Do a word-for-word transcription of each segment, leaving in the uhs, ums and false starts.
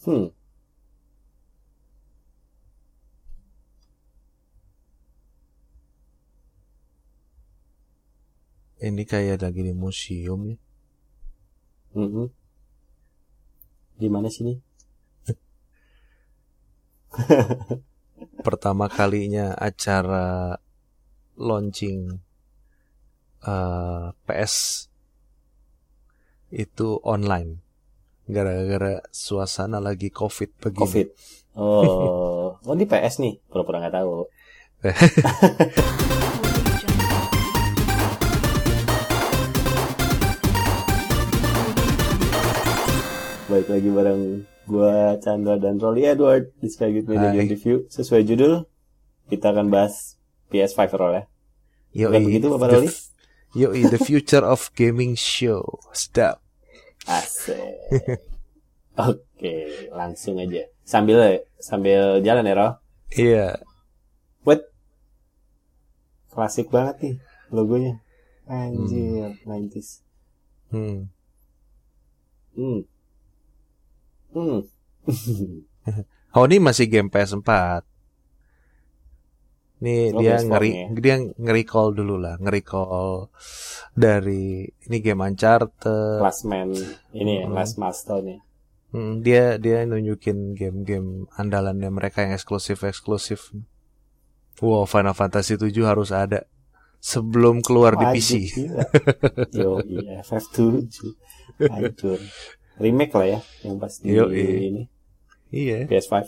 Hmm. Ini kayak lagi di museum ya. Mm-hmm. Di mana sini? Pertama kalinya acara launching uh, P S itu online. Gara-gara suasana lagi COVID begini. COVID. Oh, oh di P S nih. Pura-pura nggak tahu. Baik lagi bareng gua Chandra dan Rolly Edward di Skyguide Media Game Review. Sesuai judul, kita akan bahas P S five Roll ya. Yoi, bukan begitu Bapak Rolly? F- Yoi, the future of gaming show. Sedap. Asik. Oke, langsung aja. Sambil sambil jalan ya, Roll? Iya. What? Klasik banget nih logonya. Anjir, hmm. nineties. Hmm. Hmm. Hmm. Oh, ini masih game P S four. Nih oh, dia ngeri ya? Dia nge-recall dulu lah, nge-recall dari ini game Uncharted, Last Man ini hmm. Last Milestone ya. Hmm, dia dia nunjukin game-game andalannya mereka yang eksklusif-eksklusif. Wow, Final Fantasy seven harus ada sebelum keluar di P C. Yo, iya, F F seven. Hancur. Remake lah ya yang pasti Yo, ini. Iya. P S five.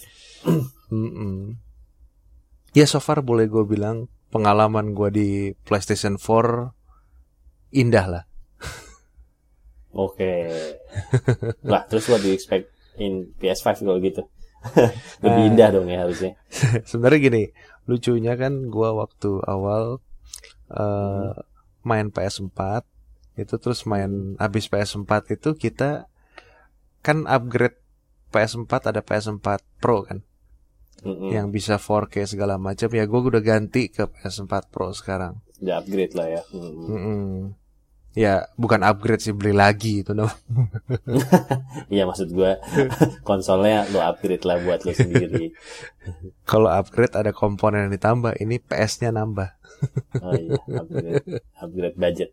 Ya so far boleh gue bilang pengalaman gue di PlayStation four indah lah. Oke. Okay. Lah terus what do you expect in P S five kalau gitu? Lebih uh, indah dong ya harusnya. Sebenarnya gini, lucunya kan gue waktu awal uh, hmm. main P S four itu terus main habis P S four itu kita kan upgrade P S four ada P S four Pro kan. Mm-hmm. Yang bisa four K segala macam ya gue udah ganti ke P S four Pro sekarang. Ya upgrade lah ya. Mm-hmm. Ya bukan upgrade sih, beli lagi itu dong. Iya maksud gue konsolnya lo upgrade lah buat lo sendiri. Kalau upgrade ada komponen yang ditambah, ini P S-nya nambah. Oh iya, upgrade, upgrade budget.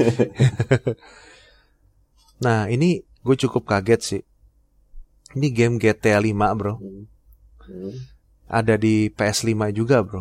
Nah ini gue cukup kaget sih. Ini game G T A five bro. Hmm. Hmm. Ada di P S five juga bro.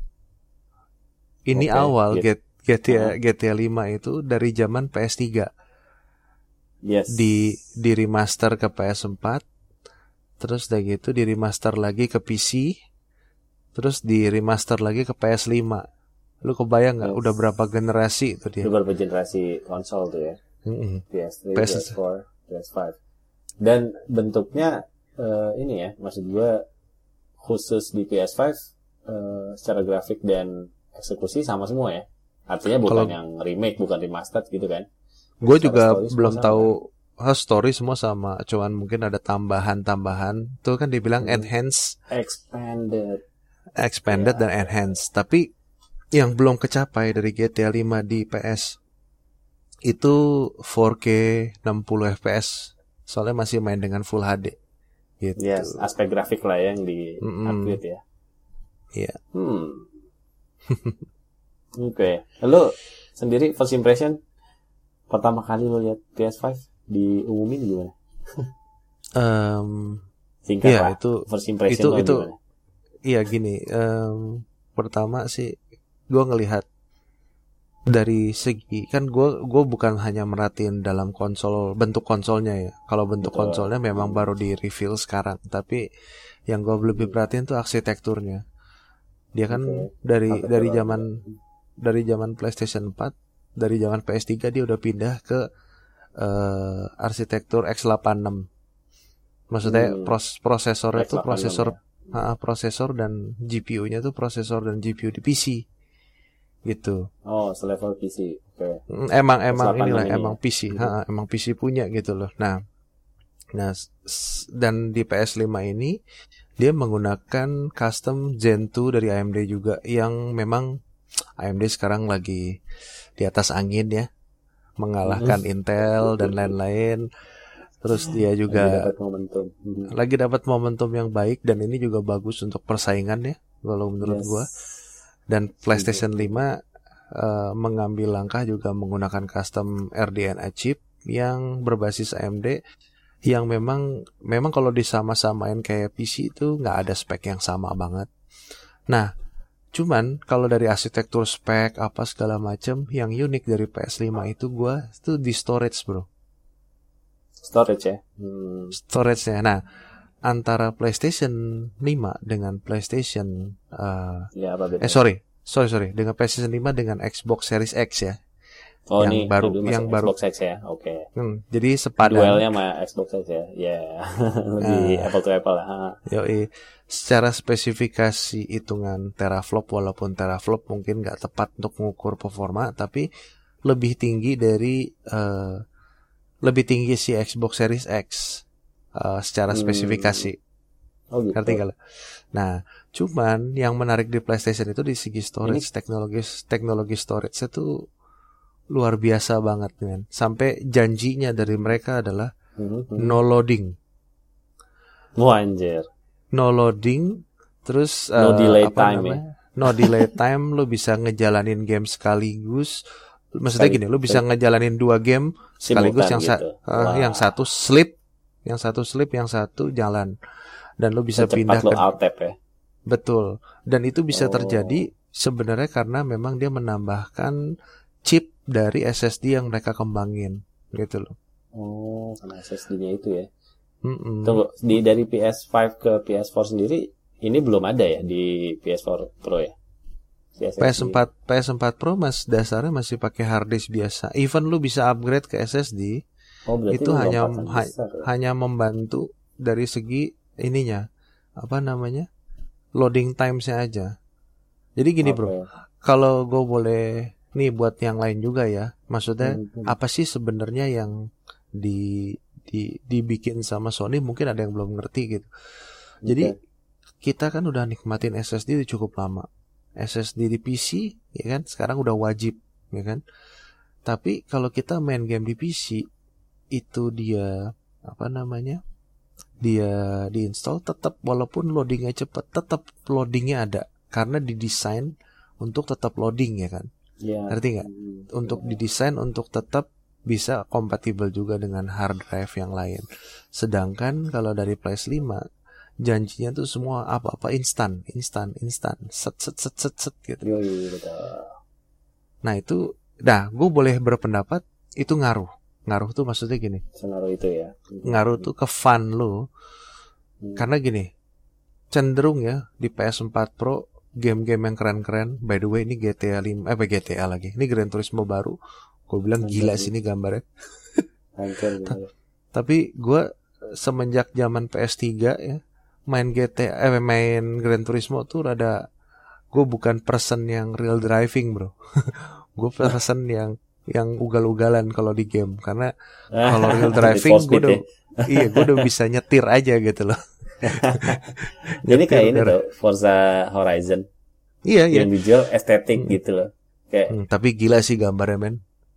Ini okay. awal Get, G T A, uh-huh. G T A five itu dari zaman P S three. Yes. Di di remaster ke P S four. Terus udah gitu di remaster lagi ke P C. Terus di remaster lagi ke P S five. Lu kebayang gak yes. udah berapa generasi itu dia? Udah berapa generasi konsol tuh ya? Mm-hmm. P S three, P S four, P S five. Dan bentuknya uh, ini ya, maksud gue khusus di P S five uh, secara grafik dan eksekusi sama semua ya. Artinya bukan Kalo, yang remake, bukan remastered gitu kan. Gue juga belum tahu kan? Story semua sama, cuman mungkin ada tambahan-tambahan. Tuh kan dibilang hmm. enhance, expanded, expanded yeah. dan enhance. Tapi yang belum kecapai dari G T A five di P S itu four K sixty F P S. Soalnya masih main dengan Full H D. Gitu. Yes, aspek grafik lah yang di upgrade ya. Iya. Yeah. Hmm. Oke. Okay. Lalu sendiri first impression pertama kali lo lihat P S five diumumin gimana? um, Singkat iya, lah. Itu, first impression itu, lo itu, gimana? Iya gini. Um, pertama sih gue ngelihat dari segi kan gue gue bukan hanya merhatiin dalam konsol bentuk konsolnya ya. Kalau bentuk Betul. konsolnya memang baru di reveal sekarang, tapi yang gue lebih perhatiin tuh arsitekturnya. Dia kan okay. dari Arsitektur dari zaman dari zaman PlayStation four, dari zaman P S three dia udah pindah ke uh, arsitektur x eighty-six. Maksudnya hmm. pros, prosesornya tuh prosesor ya. uh, prosesor dan G P U-nya tuh prosesor dan G P U di P C. Gitu. Oh, selevel P C. Oke. Okay. Emang emang inilah ini emang ya? P C, ha, emang P C punya gitu loh. Nah, nah dan di P S five ini dia menggunakan custom Gen two dari A M D juga yang memang A M D sekarang lagi di atas angin ya, mengalahkan Intel dan lain-lain. Terus dia juga lagi dapat momentum. Hmm. lagi dapat momentum yang baik dan ini juga bagus untuk persaingan ya kalau menurut Yes. gua. Dan PlayStation lima uh, mengambil langkah juga menggunakan custom R D N A chip yang berbasis A M D yang memang memang kalau disama-samain kayak P C itu nggak ada spek yang sama banget. Nah, cuman kalau dari arsitektur spek apa segala macam yang unik dari P S lima itu gua itu di storage, bro. Storage ya. Hmm. Storage-nya. Nah, antara PlayStation lima dengan PlayStation uh, Ya, apa beda? eh sorry, sorry sorry dengan PlayStation lima dengan Xbox Series X ya. Oh, yang ini baru dulu masuk yang baru Xbox X ya. Oke. Okay. Hmm, jadi sepadan. Duelnya sama Xbox X ya. Ya, yeah. Lebih uh, apple to apple lah. Yoi. Secara spesifikasi hitungan teraflop walaupun teraflop mungkin nggak tepat untuk mengukur performa, tapi lebih tinggi dari uh, lebih tinggi si Xbox Series X uh, secara hmm. spesifikasi. Oh gitu. Ngerti gak? Nah, cuman yang menarik di PlayStation itu di segi storage, Ini... teknologi teknologi storage itu luar biasa banget, men. Sampai janjinya dari mereka adalah mm-hmm. no loading. Wah, anjir. No loading, terus no uh, delay apa time namanya? ya. No delay time, lo bisa ngejalanin game sekaligus. Maksudnya gini, lo bisa ngejalanin dua game sekaligus. Simultan yang sa- gitu. uh, yang satu sleep, yang satu sleep, yang satu jalan. Dan lo bisa secepat pindah lo ke alt tab ya. Betul. Dan itu bisa oh. terjadi sebenarnya karena memang dia menambahkan chip dari S S D yang mereka kembangin gitu loh. Oh, karena S S D-nya itu ya. Mm-mm. Tunggu, di dari P S lima ke P S empat sendiri ini belum ada ya di P S empat Pro ya? P S empat P S empat Pro mas dasarnya masih pakai hard disk biasa. Even lu bisa upgrade ke S S D. Oh, berarti itu hanya ha- besar, ya? hanya membantu dari segi ininya apa namanya loading times-nya aja. Jadi gini okay. bro, kalau gue boleh nih buat yang lain juga ya, maksudnya hmm. apa sih sebenarnya yang di, di dibikin sama Sony, mungkin ada yang belum ngerti gitu. Jadi okay. kita kan udah nikmatin S S D cukup lama, S S D di P C ya kan, sekarang udah wajib ya kan. Tapi kalau kita main game di P C itu dia apa namanya, dia diinstal tetap walaupun loadingnya cepat, tetap loadingnya ada karena didesain untuk tetap loading ya kan. Yeah. Ngerti nggak? Untuk didesain untuk tetap bisa kompatibel juga dengan hard drive yang lain. Sedangkan kalau dari P S lima janjinya tuh semua apa-apa instan, instan, instan, set set set set set gitu. Yo, yo, betul. Nah itu, dah, gue boleh berpendapat itu ngaruh. Ngaruh tuh maksudnya gini. Ngaruh itu ya. Ngaruh tuh ke fun lo. Hmm. Karena gini, cenderung ya di P S empat Pro game-game yang keren-keren. By the way ini G T A lima, eh G T A lagi. Ini Gran Turismo baru. Gue bilang Hancur, gila sih ini gambarnya. Ta- tapi gue semenjak zaman P S tiga ya main G T A, eh main Gran Turismo tuh rada, gue bukan person yang real driving bro. Gue person yang yang ugal-ugalan kalau di game karena kalau real driving gue udah iya gue udah bisa nyetir aja gitu loh. Jadi kayak ini tuh Forza Horizon. Iya iya. Yang dijual estetik hmm. gitu loh. Kayak hmm, tapi gila sih gambarnya men.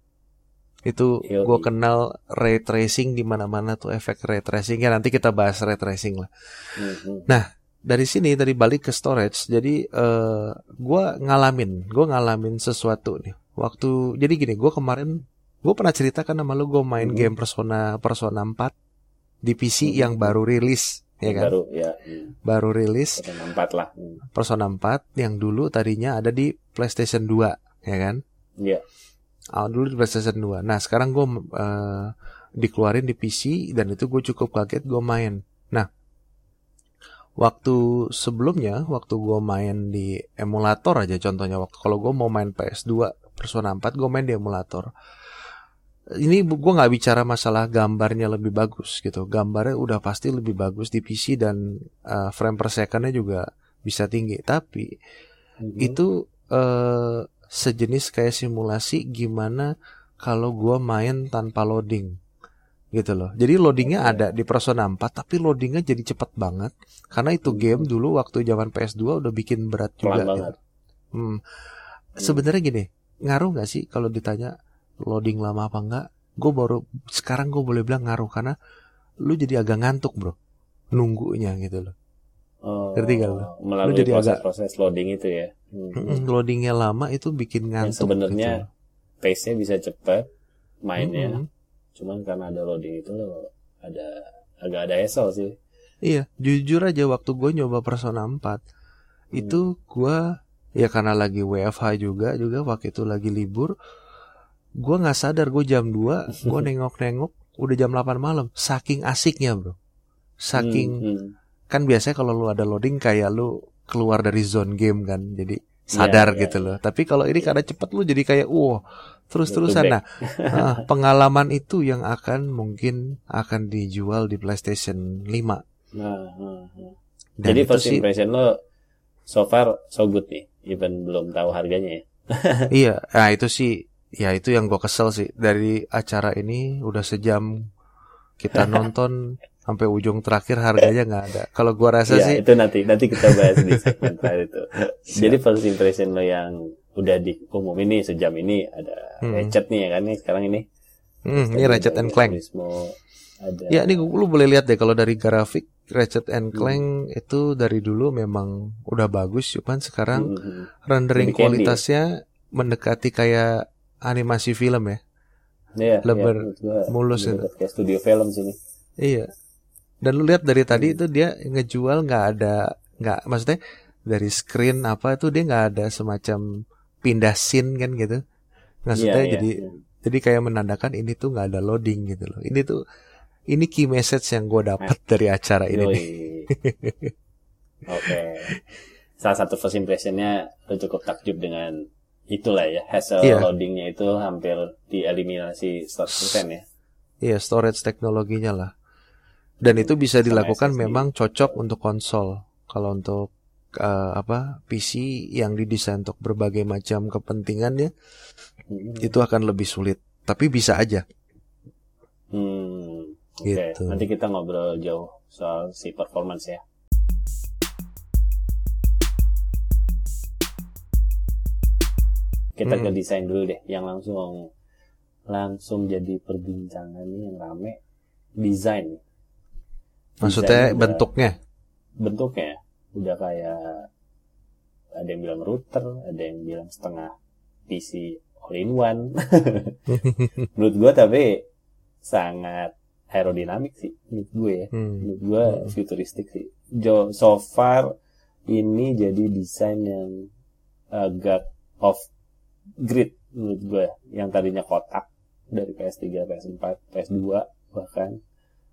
Itu gue kenal ray tracing di mana-mana tuh efek ray tracing. Ya nanti kita bahas ray tracing lah. Hmm. Nah, dari sini dari balik ke storage. Jadi uh, gue ngalamin, gue ngalamin sesuatu nih. Waktu jadi gini, gue kemarin gue pernah ceritakan sama lu gue main hmm. game Persona Persona empat di P C hmm. yang baru rilis. Ya kan? Baru ya. Hmm. Baru rilis Persona empat lah. Hmm. Persona empat yang dulu tadinya ada di PlayStation dua, ya kan? Iya. Oh, dulu di PlayStation dua. Nah, sekarang gue uh, dikeluarin di P C dan itu gue cukup kaget gue main. Nah, waktu sebelumnya waktu gue main di emulator aja contohnya, waktu kalau gue mau main P S dua Persona empat gue main di emulator. Ini gue nggak bicara masalah gambarnya lebih bagus gitu, gambarnya udah pasti lebih bagus di P C dan uh, frame per secondnya juga bisa tinggi, tapi mm-hmm. itu uh, sejenis kayak simulasi gimana kalau gue main tanpa loading gitu loh. Jadi loadingnya okay. ada di Persona empat, tapi loadingnya jadi cepet banget karena itu mm-hmm. game dulu waktu zaman P S dua udah bikin berat juga. Gitu. Hmm. Sebenarnya gini, ngaruh nggak sih kalau ditanya loading lama apa enggak? Gue baru sekarang gue boleh bilang ngaruh karena lu jadi agak ngantuk bro, nunggunya gitu loh. Oh, Ngerti gak lu? Melalui Lu jadi proses-proses loading itu ya. Hmm. Loadingnya lama itu bikin ngantuk. Yang sebenarnya gitu. Pace-nya bisa cepat mainnya, hmm. cuman karena ada loading itu lo ada agak ada esol sih. Iya, jujur aja waktu gue nyoba Persona empat hmm. itu gue ya karena lagi W F H juga juga waktu itu lagi libur, gue nggak sadar gue jam dua, gue nengok-nengok udah jam delapan malam, saking asiknya bro, saking hmm, hmm. Kan biasanya kalau lu ada loading kayak lu keluar dari zone game kan, jadi sadar yeah, gitu yeah, loh. Yeah. Tapi kalau ini karena cepet lu jadi kayak wow terus-terusan. Nah, uh, pengalaman itu yang akan mungkin akan dijual di PlayStation lima. Nah, nah, nah. Jadi first impression lo so far so good nih, even belum tahu harganya ya. Iya, nah itu sih, ya itu yang gue kesel sih dari acara ini udah sejam kita nonton. Sampai ujung terakhir harganya nggak ada. Kalau gua rasa ya, sih itu nanti nanti kita bahas di segmen terakhir itu. Jadi first impression lo yang udah diumumin nih sejam ini ada hmm. Ratchet nih ya kan nih sekarang ini. Hmm, ini Ratchet and Clank. Ada... Ya ini lu boleh lihat deh kalau dari grafik Ratchet and Clank hmm. itu dari dulu memang udah bagus, cuman sekarang hmm. rendering kualitasnya ya? Mendekati kayak animasi film ya. Iya. Lebih ya, mulus itu. Kayak studio film sini. Iya. Dan lu lihat dari tadi itu dia ngejual nggak ada, nggak maksudnya dari screen apa itu dia nggak ada semacam pindah scene kan gitu. Maksudnya yeah, jadi yeah, yeah. jadi kayak menandakan ini tuh nggak ada loading gitu loh. Ini tuh ini key message yang gue dapat nah, dari acara ini. Oke. Okay. Salah satu first impressionnya lu cukup takjub dengan itulah ya, hassle yeah. loadingnya itu hampir dieliminasi seratus persen ya. Iya, yeah, storage teknologinya lah. Dan itu bisa dilakukan memang cocok untuk konsol. Kalau untuk uh, apa P C yang didesain untuk berbagai macam kepentingannya, hmm. itu akan lebih sulit. Tapi bisa aja. Hmm, Oke, okay. gitu. Nanti kita ngobrol jauh soal si performance ya. Kita hmm. ke desain dulu deh, yang langsung langsung jadi perbincangan nih yang rame, desain. Maksudnya udah, bentuknya? Bentuknya udah kayak ada yang bilang router, ada yang bilang setengah P C all in one. Menurut gue tapi sangat aerodinamik sih, menurut gue ya. Hmm. Menurut gue hmm. futuristik sih. Jo, so far ini jadi desain yang agak off grid menurut gue. Yang tadinya kotak dari P S tiga, P S empat, P S dua bahkan.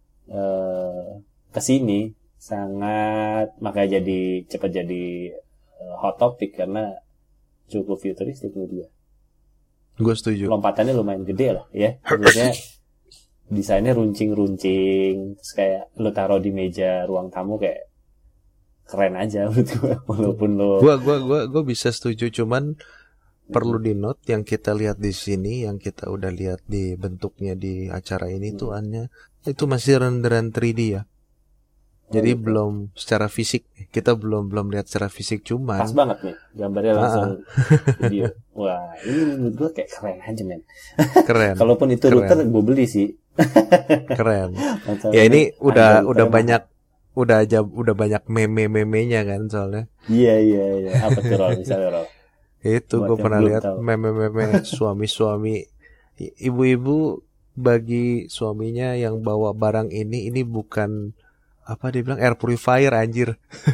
Uh, kesini sangat makanya jadi cepat jadi uh, hot topic karena cukup futuristik menurut gue. Gue setuju. Lompatannya lumayan gede lah ya. Maksudnya desainnya runcing-runcing, terus kayak lo taruh di meja ruang tamu kayak keren aja menurut gue. Walaupun lo. Gue gue gue gue bisa setuju, cuman perlu di note yang kita lihat di sini, yang kita udah lihat di bentuknya di acara ini hmm. tuh hanya itu masih renderan tiga D ya. Jadi oh, belum secara fisik, kita belum belum lihat secara fisik, cuman pas banget nih gambarnya langsung video. Wah, ini menurut gue kayak keren aja men. Keren. Kalaupun itu keren. Router gue beli sih. Keren. Ya ini udah udah banyak apa? udah aja udah banyak meme-memenya kan soalnya. Iya iya iya. Apa tuh Rol misalnya Rol? Itu gue pernah lihat meme-meme suami-suami ibu-ibu bagi suaminya yang bawa barang ini, ini bukan apa dia bilang air purifier anjir.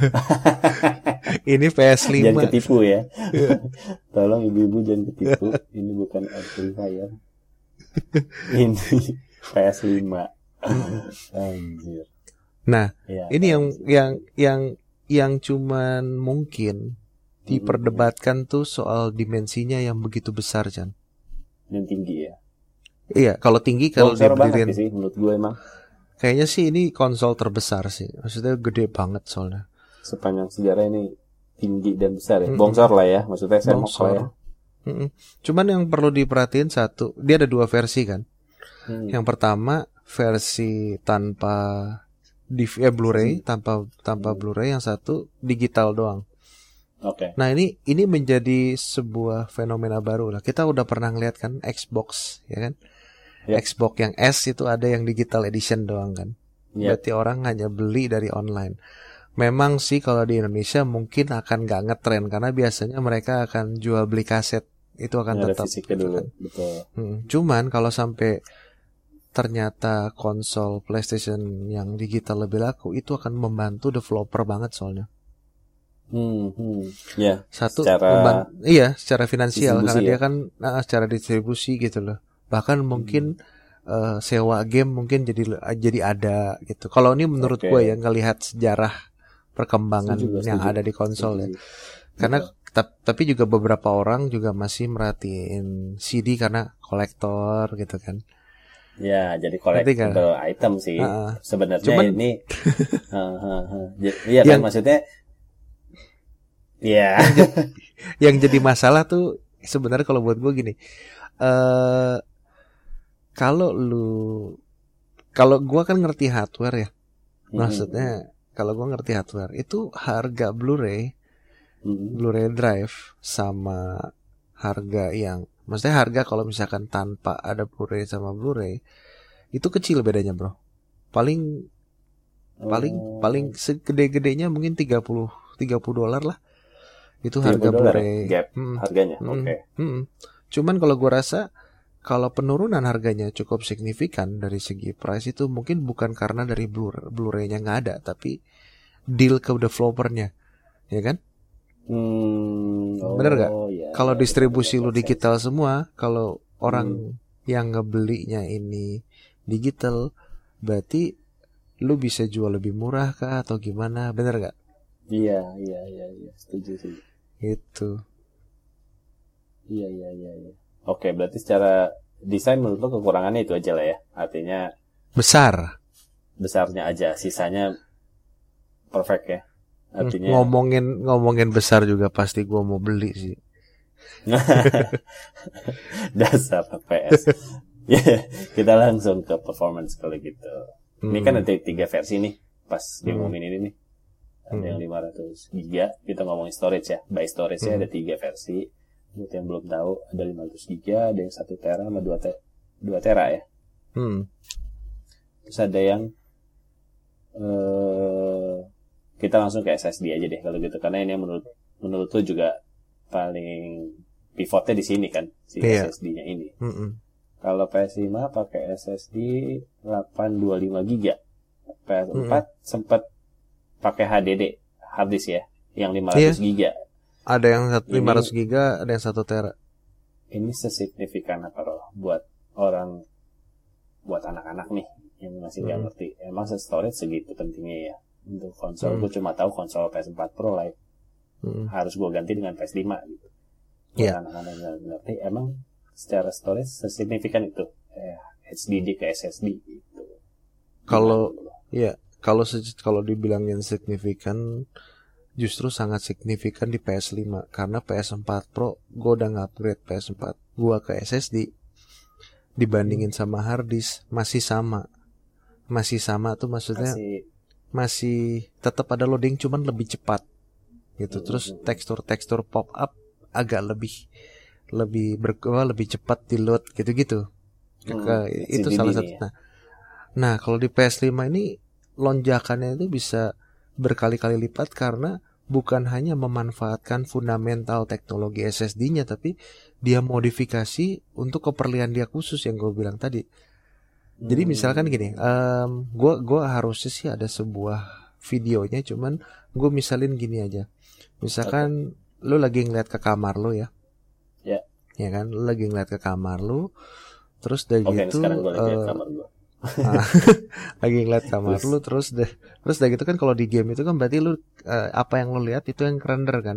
Ini P S lima. Jangan ketipu ya. Tolong ibu-ibu jangan ketipu. Ini bukan air purifier. Ini P S lima. Anjir. Nah, ya, ini yang yang yang yang cuman mungkin diperdebatkan tuh soal dimensinya yang begitu besar, Chan. Dan tinggi ya. Iya, kalau tinggi kalau diberdiriin sih menurut gue emang. Kayaknya sih ini konsol terbesar sih. Maksudnya gede banget soalnya. Sepanjang sejarah ini tinggi dan besar ya. Mm-mm. Bongsor lah ya, maksudnya semok lah ya. Mm-mm. Cuman yang perlu diperhatiin satu, dia ada dua versi kan. Hmm. Yang pertama versi tanpa D V D, eh, Blu-ray, hmm. tanpa tanpa hmm. Blu-ray, yang satu digital doang. Oke. Okay. Nah ini ini menjadi sebuah fenomena baru lah. Kita udah pernah ngeliat kan Xbox, ya kan? Yep. Xbox yang S itu ada yang digital edition doang kan. Yep. Berarti orang hanya beli dari online. Memang sih kalau di Indonesia mungkin akan nggak ngetren karena biasanya mereka akan jual beli kaset, itu akan Ada tetap fisiknya gitu dulu, kan. betul. Hmm. Cuman kalau sampai ternyata konsol PlayStation yang digital lebih laku, itu akan membantu developer banget soalnya. Hmm, hmm. Ya, Satu secara memban- iya secara finansial karena distribusi dia ya. kan nah, secara distribusi gitu loh. Bahkan mungkin eh, sewa game mungkin jadi jadi ada gitu. Kalau ini menurut Oke. gue ya ngelihat sejarah perkembangan Setuju, yang setuju. ada di konsol ya. Setuju. Karena Betul. tap- tapi juga beberapa orang juga masih merhatiin C D karena kolektor gitu kan. Ya, jadi Ngerti kan? collectible item sih. Ah, ah. Sebenarnya Cuman ini ha, ha, ha. J- Iya kan yang maksudnya ya. yang jadi, yang jadi masalah tuh sebenarnya kalau buat gue gini. Eh kalau lu kalau gue kan ngerti hardware ya. Maksudnya kalau gue ngerti hardware itu harga Blu-ray, Hmm. Blu-ray drive sama harga yang, maksudnya harga kalau misalkan tanpa ada Blu-ray sama Blu-ray itu kecil bedanya bro. Paling paling Oh, paling segede-gedenya mungkin tiga puluh dolar lah. Itu tiga harga puluh dolar Blu-ray. gap Hmm, harganya. hmm, Oke. hmm. Cuman kalau gue rasa kalau penurunan harganya cukup signifikan dari segi price itu mungkin bukan karena dari Blu- Blu-ray-nya nggak ada, tapi deal ke developernya, ya kan? Hmm. Bener nggak? Oh ya. Kalau Ya, distribusi betul, lu betul, digital semua, kalau orang Hmm. yang ngebelinya ini digital, berarti lu bisa jual lebih murah kah atau gimana? Bener nggak? Iya, iya, iya, iya. Setuju sih. Itu. Iya, iya, iya, iya. Oke, berarti secara desain menurut lo kekurangannya itu aja lah ya. Artinya Besar. besarnya aja, sisanya perfect ya. Artinya Ngomongin ngomongin besar juga pasti gua mau beli sih. dasar P S. Ya, kita langsung ke performance kalau gitu. Ini kan ada tiga versi nih pas diumumin ini nih. Ada yang lima ratus giga, kita ngomongin storage ya. By storage-nya ada tiga versi. Buat yang belum tahu, ada lima ratus giga, ada yang satu tera sama dua te- dua tera ya. Hmm. Terus ada yang eh kita langsung ke S S D aja deh kalau gitu, karena ini yang menurut menurut tuh juga paling pivotnya di sini kan, si Iya. S S D-nya ini. Mm-mm. Kalau P S lima pakai S S D delapan ratus dua puluh lima giga. P S empat sempat pakai H D D, hard disk ya, yang lima ratus giga. Ada yang satu- Ini- lima ratus giga, ada yang satu tera. Ini sesignifikan apa Roh buat orang, buat anak-anak nih yang masih nggak Hmm. ngerti. Emang storage segitu pentingnya ya untuk konsol. Hmm. Gue cuma tahu konsol P S empat Pro lah Hmm. harus gue ganti dengan P S lima gitu. Buat Iya. anak-anak yang nggak ngerti, emang secara storage sesignifikan itu eh, H D D ke S S D gitu. Kalau Gimana, Bro? ya kalau se- kalau dibilangin signifikan, justru sangat signifikan di P S lima karena P S empat Pro gue udah nge-upgrade P S empat gue ke S S D dibandingin sama hard disk masih sama, masih sama tuh maksudnya Masih masih tetap ada loading cuman lebih cepat gitu. Terus Hmm. tekstur-tekstur pop up agak lebih lebih ber, apa, lebih cepat di load gitu-gitu. Hmm, Ke- itu C D D salah nih satu. ya. Nah, nah kalau di P S lima ini lonjakannya itu bisa berkali-kali lipat karena bukan hanya memanfaatkan fundamental teknologi S S D-nya, tapi dia modifikasi untuk keperluan dia khusus yang gue bilang tadi. Jadi misalkan gini, um, gue gua harusnya sih ada sebuah videonya, cuman gue misalin gini aja. Misalkan lu lagi ngeliat ke kamar lu ya, Ya. ya kan, lu lagi ngeliat ke kamar lu, terus dari Oke, gitu, sekarang gue lagi lihat eh, kamar gue. ah, lagi ngeliat kamar Terus? lu, terus deh, terus dari gitu kan kalau di game itu kan berarti lu eh, apa yang lu lihat itu yang render kan,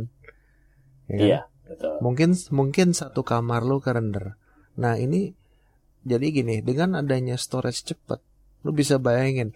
ya kan? Iya, betul. Mungkin mungkin satu kamar lu ke render. Nah ini jadi gini, dengan adanya storage cepat, lu bisa bayangin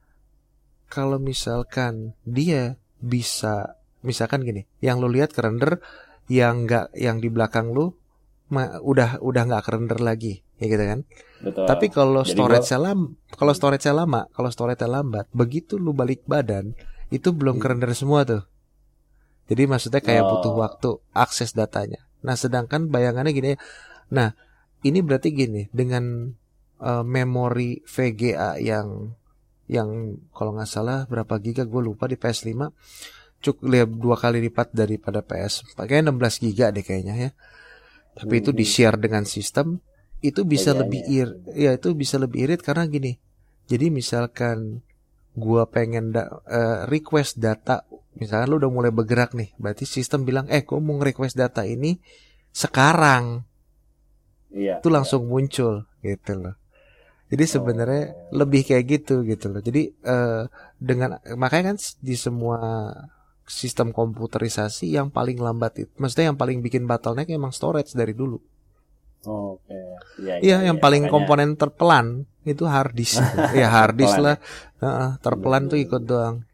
kalau misalkan dia bisa, misalkan gini, yang lu lihat ke render, yang nggak, yang di belakang lu ma, udah udah nggak ke render lagi, ya gitu kan? Betul. Tapi kalau Jadi storage-nya lama, kalau storage-nya lama, kalau storage-nya lambat, begitu lu balik badan, itu belum ke render semua tuh. Jadi maksudnya kayak Oh. butuh waktu akses datanya. Nah, sedangkan bayangannya gini. Nah, ini berarti gini, dengan uh, memori V G A yang yang kalau nggak salah berapa giga gue lupa di P S lima cukup lihat dua kali lipat daripada P S empat, kayaknya enam belas giga deh kayaknya ya. Tapi itu di share dengan sistem itu bisa Kayaknya. lebih ir, ya itu bisa lebih irit karena gini. Jadi misalkan gua pengen da, uh, request data, misalkan lu udah mulai bergerak nih, berarti sistem bilang, eh gua mau request data ini sekarang. Iya. Itu langsung iya. muncul gitu loh. Jadi sebenarnya oh. lebih kayak gitu gitu loh. Jadi uh, dengan makanya kan di semua sistem komputerisasi yang paling lambat itu, maksudnya yang paling bikin bottleneck emang storage dari dulu. Oh, Oke. Okay. Iya, ya, ya, yang ya, paling makanya... komponen terpelan itu hard disk. ya hard disk lah. Ya. Uh, terpelan tuh ikut doang.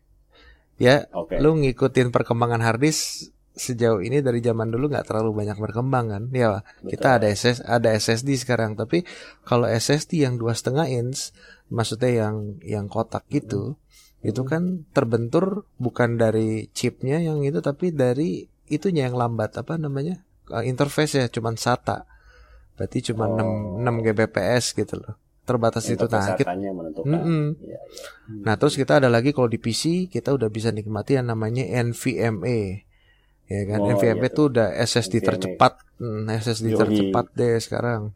Ya, okay. Lu ngikutin perkembangan hard disk sejauh ini dari zaman dulu nggak terlalu banyak berkembang kan? Ya, betul. Kita ada S S ada S S D sekarang, tapi kalau S S D yang dua setengah inch, maksudnya yang yang kotak gitu, hmm. itu kan terbentur bukan dari chipnya yang itu, tapi dari itunya yang lambat apa namanya uh, interface ya, cuman SATA. Berarti cuma oh. enam Gbps gitu loh. Terbatas itu nah kita, menentukan. Ya, ya. Nah, terus kita ada lagi kalau di P C kita udah bisa nikmati yang namanya N V M e. Ya kan, oh, N V M e itu iya, udah S S D N V M e. Tercepat, hmm, S S D Yoi. tercepat deh sekarang.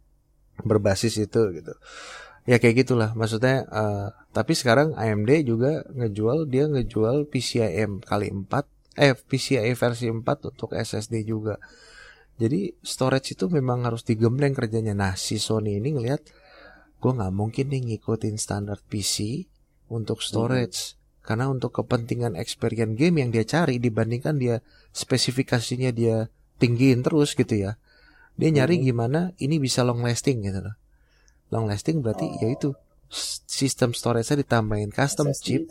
Berbasis itu gitu. Ya kayak gitulah maksudnya uh, tapi sekarang A M D juga ngejual dia ngejual P C I E kali empat eh P C I E versi empat untuk S S D juga. Jadi storage itu memang harus digembleng kerjanya. Nah si Sony ini ngelihat gue nggak mungkin nih ngikutin standar P C untuk storage hmm. karena untuk kepentingan experience game yang dia cari dibandingkan dia spesifikasinya dia tinggiin terus gitu ya. Dia nyari hmm. gimana ini bisa long lasting gitu loh. Long lasting berarti oh. yaitu sistem storage-nya ditambahin custom S S D chip.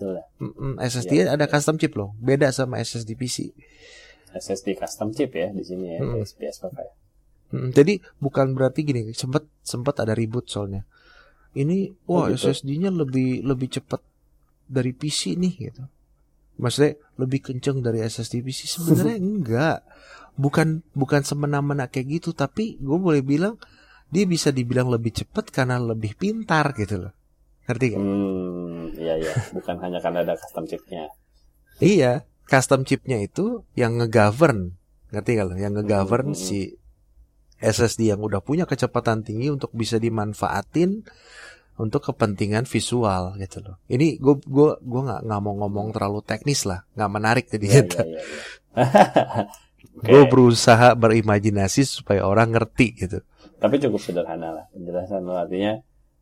S S D ya, ada ya. Custom chip loh, beda sama S S D P C. S S D custom chip ya di sini ya, hmm. P S five ya. Hmm, jadi bukan berarti gini, sempat sempat ada ribut soalnya. Ini wah oh, gitu. S S D-nya lebih lebih cepat dari P C nih gitu. Maksudnya lebih kenceng dari S S D P C, sebenarnya enggak. Bukan bukan semena-mena kayak gitu, tapi gue boleh bilang dia bisa dibilang lebih cepat karena lebih pintar gitu loh. Ngerti gak? Hmm, iya iya, bukan hanya karena ada custom chipnya. Iya. Custom chipnya itu yang ngegovern, ngerti kalau yang ngegovern mm-hmm. si S S D yang udah punya kecepatan tinggi untuk bisa dimanfaatin untuk kepentingan visual gitu loh. Ini gue gue gue nggak nggak mau ngomong terlalu teknis lah, nggak menarik jadi yeah, gitu. Yeah, yeah, yeah. Okay. Gue berusaha berimajinasi supaya orang ngerti gitu. Tapi cukup sederhana lah penjelasan lo, artinya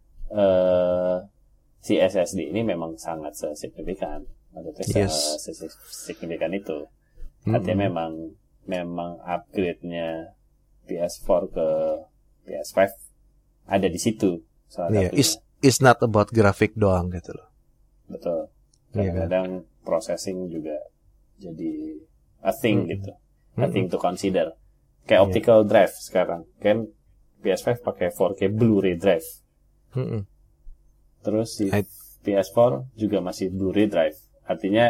uh, si S S D ini memang sangat signifikan. Maksudnya yes. signifikan itu. Artinya mm-hmm. memang memang upgrade-nya P S four ke P S five ada di situ. Iya, yeah, it's, it's not about grafik doang gitu loh. Betul. Kadang-kadang yeah. processing juga jadi a thing mm-hmm. gitu. A mm-hmm. thing to consider. Kayak optical yeah. drive sekarang. Kan P S five pakai four K Blu-ray drive. Mm-hmm. Terus si I... P S four juga masih Blu-ray drive. Artinya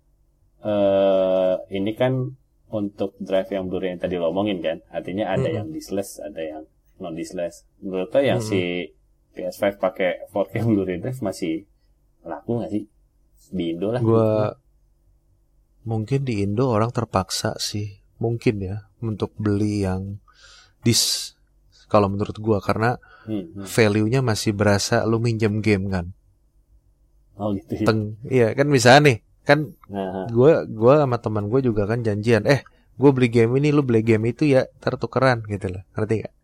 uh, ini kan untuk drive yang Blu-ray yang tadi lo omongin kan, artinya ada hmm. yang diskless, ada yang non diskless. Menurut lo yang hmm. si P S five pakai four K Blu-ray drive masih laku nggak sih di Indo lah? Gua gitu. Mungkin di Indo orang terpaksa sih, mungkin ya untuk beli yang dis. Kalau menurut gua karena hmm, hmm. value-nya masih berasa lu minjem game kan. Oh gitu. Teng, iya kan misalnya nih kan gue gue sama teman gue juga kan janjian eh gue beli game ini lu beli game itu ya tertukeran gitu loh, ngerti gak?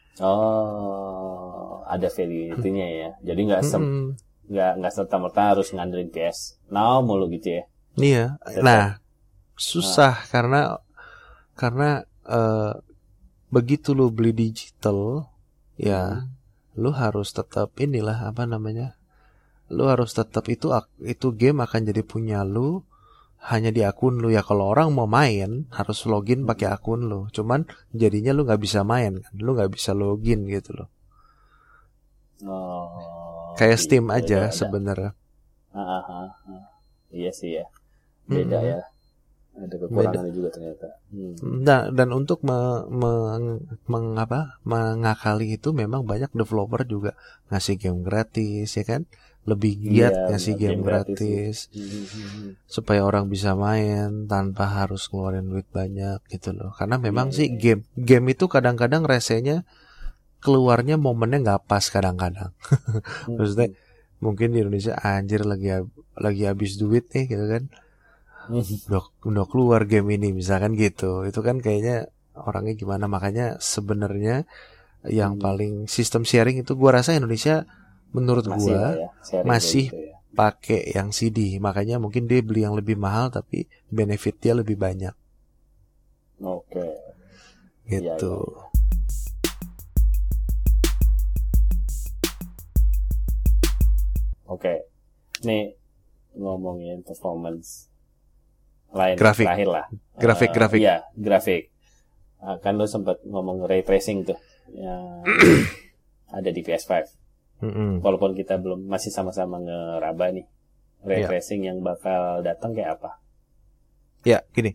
Oh ada value itunya ya, jadi nggak sem nggak nggak serta merta harus ngandelin P S now mulu gitu ya? Iya. Tetap. Nah susah nah. karena karena uh, begitu lu beli digital ya hmm. lu harus tetap inilah apa namanya. Lu harus tetap itu itu game akan jadi punya lu hanya di akun lu ya. Kalau orang mau main harus login pakai akun lu. Cuman jadinya lu nggak bisa main kan, lu nggak bisa login gitu loh. Oh, kayak Steam aja sebenarnya. Ah, ah, ah. Iya sih ya, beda hmm. ya. Ada kekurangannya juga ternyata. Hmm. Nah, dan untuk me, me, mengapa mengakali itu memang banyak developer juga ngasih game gratis ya kan. lebih giat Iya, ngasih benar, game game gratis gratis sih. Hmm, hmm, hmm. supaya orang bisa main tanpa harus ngeluarin duit banyak gitu loh. Karena Iya, memang iya, sih iya. game game itu kadang-kadang resenya keluarnya momennya nggak pas kadang-kadang. Hmm, Maksudnya hmm, mungkin di Indonesia anjir lagi hab- lagi habis duit nih gitu kan. hmm. Udah, udah keluar game ini misalkan gitu. Itu kan kayaknya orangnya gimana. Makanya sebenarnya yang Hmm. paling sistem sharing itu gua rasa Indonesia menurut Masih lah gua ya sharing kayak masih gitu ya. pakai yang C D. Makanya mungkin dia beli yang lebih mahal tapi benefit dia lebih banyak Oke. Iya, gitu. iya, iya. Oke. Nih ngomongin performance lain Grafik. terakhir lah. Grafik, Eh, grafik. Iya, grafik. Ah, kan lo sempat ngomong ray tracing tuh yang ada di P S lima. Mm-mm. Walaupun kita belum masih sama-sama ngeraba nih. Ray Iya. tracing yang bakal datang kayak apa? Ya, gini.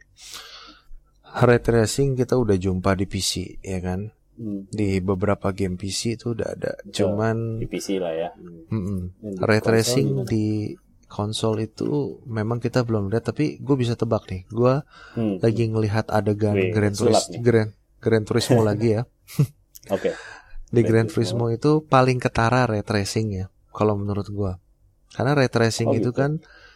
Ray tracing kita udah jumpa di P C, ya kan? Hmm, Di beberapa game P C itu udah ada. Betul. Cuman di P C lah ya. Hmm. mm-mm. Dan di ray konsol tracing gimana? di konsol itu memang kita belum lihat, tapi gue bisa tebak nih. Gue Hmm, lagi ngelihat adegan Wih, Gran sulap Turis nih. Gran Gran Turismo lagi ya. Oke. Di Gran Gran Turismo itu paling ketara ray tracing ya, kalau menurut gue. Karena ray tracing Oh itu gitu. kan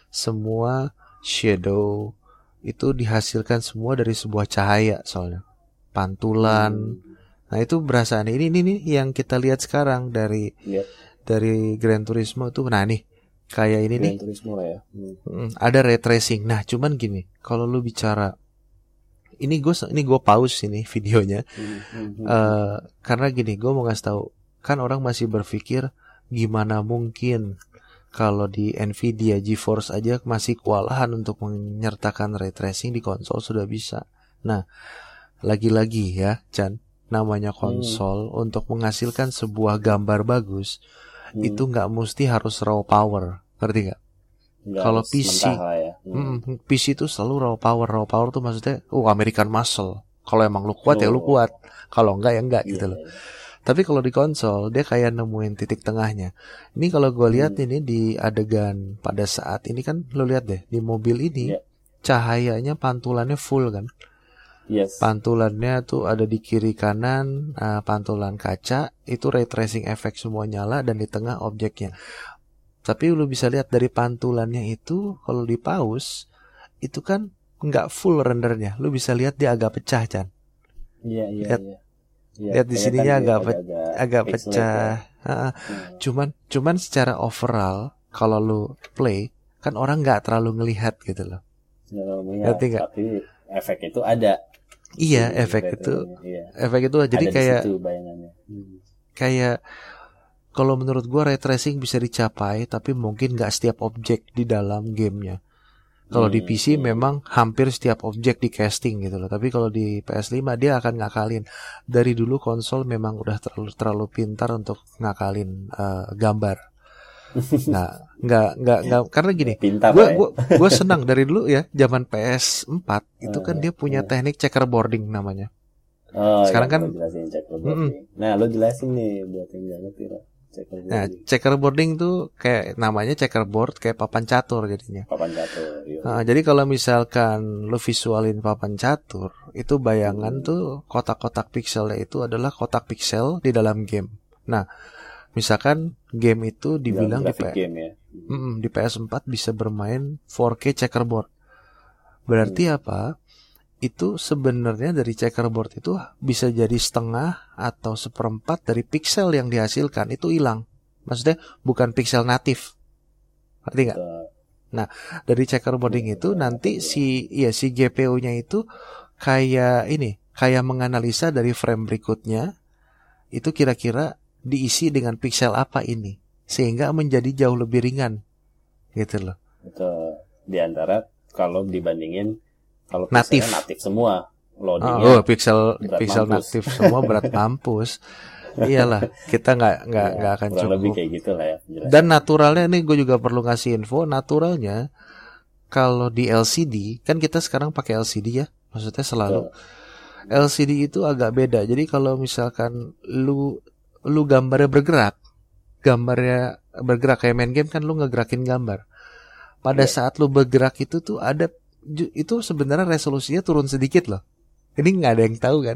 semua shadow itu dihasilkan semua dari sebuah cahaya soalnya. Pantulan. Hmm, Nah, itu berasa nih. Ini ini nih yang kita lihat sekarang dari lihat dari Gran Turismo itu. Nah, nih kayak ini nih. Gran Turismo lah ya. Hmm. Mm, ada ray tracing. Nah, cuman gini, kalau lu bicara ini gue ini gue pause ini videonya. Hmm, hmm, hmm, Eh, karena gini, gue mau ngasih tahu, kan orang masih berpikir gimana mungkin kalau di Nvidia GeForce aja masih kewalahan untuk menyertakan ray tracing di konsol sudah bisa. Nah, lagi-lagi ya, Chan, namanya konsol untuk menghasilkan sebuah gambar bagus hmm. itu nggak mesti harus raw power, ngerti nggak? Nggak Kalau harus P C, mentah lah ya. Hmm. mm, P C itu selalu raw power. Raw power tuh maksudnya, oh American muscle. Kalau emang lu kuat ya lu Oh. kuat. Kalau enggak ya enggak Iya, gitu loh. iya. Tapi kalau di konsol dia kayak nemuin titik tengahnya. Ini kalau gue lihat Hmm. ini di adegan pada saat ini kan lu lihat deh di mobil ini Iya. cahayanya pantulannya full kan. Yes. Pantulannya tuh ada di kiri kanan, uh, pantulan kaca itu ray tracing efek semua nyala dan di tengah objeknya. Tapi lu bisa lihat dari pantulannya itu kalau di pause itu kan nggak full rendernya. Lu bisa lihat dia agak pecah, Chan. Iya, iya, Lihat- iya. Iya, lihat di kelihatan sininya dia agak pe- agak-agak agak pixelate pecah. ya. Ha-ha. Hmm. Cuman cuman secara overall kalau lu play kan orang nggak terlalu ngelihat gitu loh. Nggak terlalu melihat, Ngerti nggak? tapi efek itu ada. Iya, Di efek ray itu tracingnya, iya. efek itu jadi ada kayak di situ bayangannya. Hmm. kayak kalau menurut gua ray tracing bisa dicapai tapi mungkin nggak setiap objek di dalam gamenya. Kalau di P C Hmm. memang hampir setiap objek di casting gitu loh. Tapi kalau di P S lima dia akan ngakalin. Dari dulu konsol memang udah terlalu terlalu pintar untuk ngakalin uh, gambar. Nggak nggak nggak nggak karena gini. Pintar Gue lah ya. gue gue senang dari dulu ya zaman P S empat itu kan dia punya teknik checkerboarding namanya. Oh, Sekarang iya, kan- lo jelasin checkerboarding. Nah, lo jelasin nih buat yang nggak ngerti lah. Nah, Checkerboarding. checkerboarding tuh kayak namanya checkerboard kayak papan catur jadinya. Papan catur. Iya. Nah, jadi kalau misalkan lu visualin papan catur, itu bayangan tuh kotak-kotak pixelnya itu adalah kotak pixel di dalam game. Nah, misalkan game itu dibilang di, grafik P- game ya. Mm-mm, di P S empat bisa bermain four K checkerboard. Berarti apa? Itu sebenarnya dari checkerboard itu bisa jadi setengah atau seperempat dari pixel yang dihasilkan itu hilang. Maksudnya bukan pixel natif. Ngerti nggak? Betul. Dari checkerboarding itu nanti si ya si G P U-nya itu kayak ini, kayak menganalisa dari frame berikutnya itu kira-kira diisi dengan pixel apa ini sehingga menjadi jauh lebih ringan. Gitu loh. Betul. Di antara kalau dibandingin kalau Natif. pixelnya natif semua, Oh, loadingnya oh, pixel berat pixel mampus. natif semua berat mampus. Iyalah, kita nggak nggak ya, nggak akan kurang lebih cukup. kayak gitu lah ya. penjelasan. Dan naturalnya nih gue juga perlu ngasih info, naturalnya kalau di L C D kan kita sekarang pakai L C D ya, maksudnya selalu Betul. L C D itu agak beda. Jadi kalau misalkan lu lu gambarnya bergerak, gambarnya bergerak kayak main game kan lu ngegerakin gambar. Pada Iya. saat lu bergerak itu tuh ada ju- itu sebenarnya resolusinya turun sedikit loh. Ini nggak ada yang tahu kan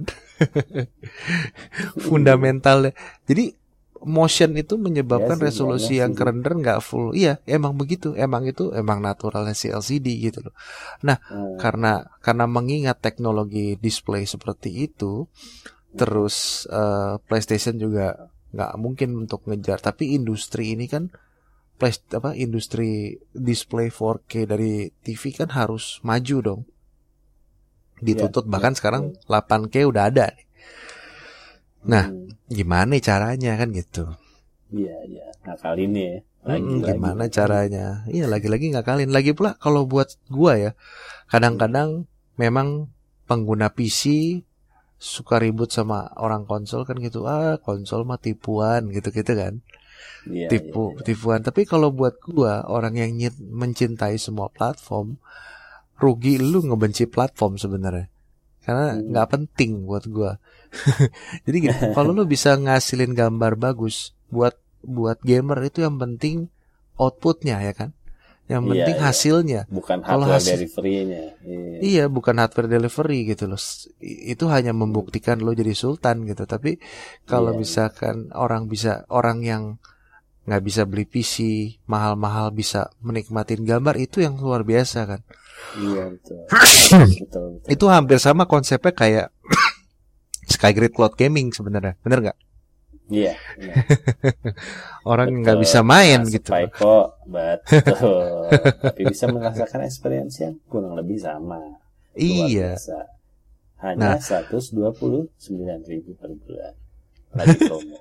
fundamentalnya. Jadi motion itu menyebabkan Ya sih, resolusi banyak yang sih. kerender nggak full. Iya, emang begitu. Emang itu emang naturalnya si L C D gitu loh. Nah, Hmm. karena karena mengingat teknologi display seperti itu, terus eh, PlayStation juga nggak mungkin untuk ngejar. Tapi industri ini kan play, apa industri display four K dari T V kan harus maju dong. Dituntut Ya, bahkan ya, sekarang ya. delapan K udah ada. Nah, Hmm. gimana caranya kan gitu? Iya, iya. Ngakalin ya. Mm-mm, Lagi-lagi. gimana caranya? Iya, lagi-lagi ngakalin. Lagi pula kalau buat gua ya, kadang-kadang memang pengguna P C suka ribut sama orang konsol kan gitu. Ah, konsol mah tipuan gitu-gitu kan. Iya, Tipu, iya, iya. tipuan. Tapi kalau buat gua, orang yang nyit- mencintai semua platform, rugi lu ngebenci platform sebenarnya. Karena Hmm. nggak penting buat gua. Jadi gini, kalau lu bisa ngasilin gambar bagus buat buat gamer itu yang penting outputnya ya kan. Yang Iya, penting iya. hasilnya. Bukan Kalau hardware hasil- delivery-nya. Iya. Iya, bukan hardware delivery gitu loh. S- Itu hanya membuktikan lo jadi sultan gitu. Tapi kalau Iya, misalkan orang bisa orang yang nggak bisa beli P C mahal-mahal bisa menikmatin gambar itu yang luar biasa kan. Iya, betul. betul, betul. Itu hampir sama konsepnya kayak Skygrade Cloud Gaming sebenarnya. Bener nggak? Iya, iya. Orang Betul. nggak bisa main Nah, gitu. supaya kok, betul. Tapi bisa merasakan experience yang kurang lebih sama. Luar Iya. biasa. Hanya Nah. seratus dua puluh sembilan ribu per bulan. Lagi promo.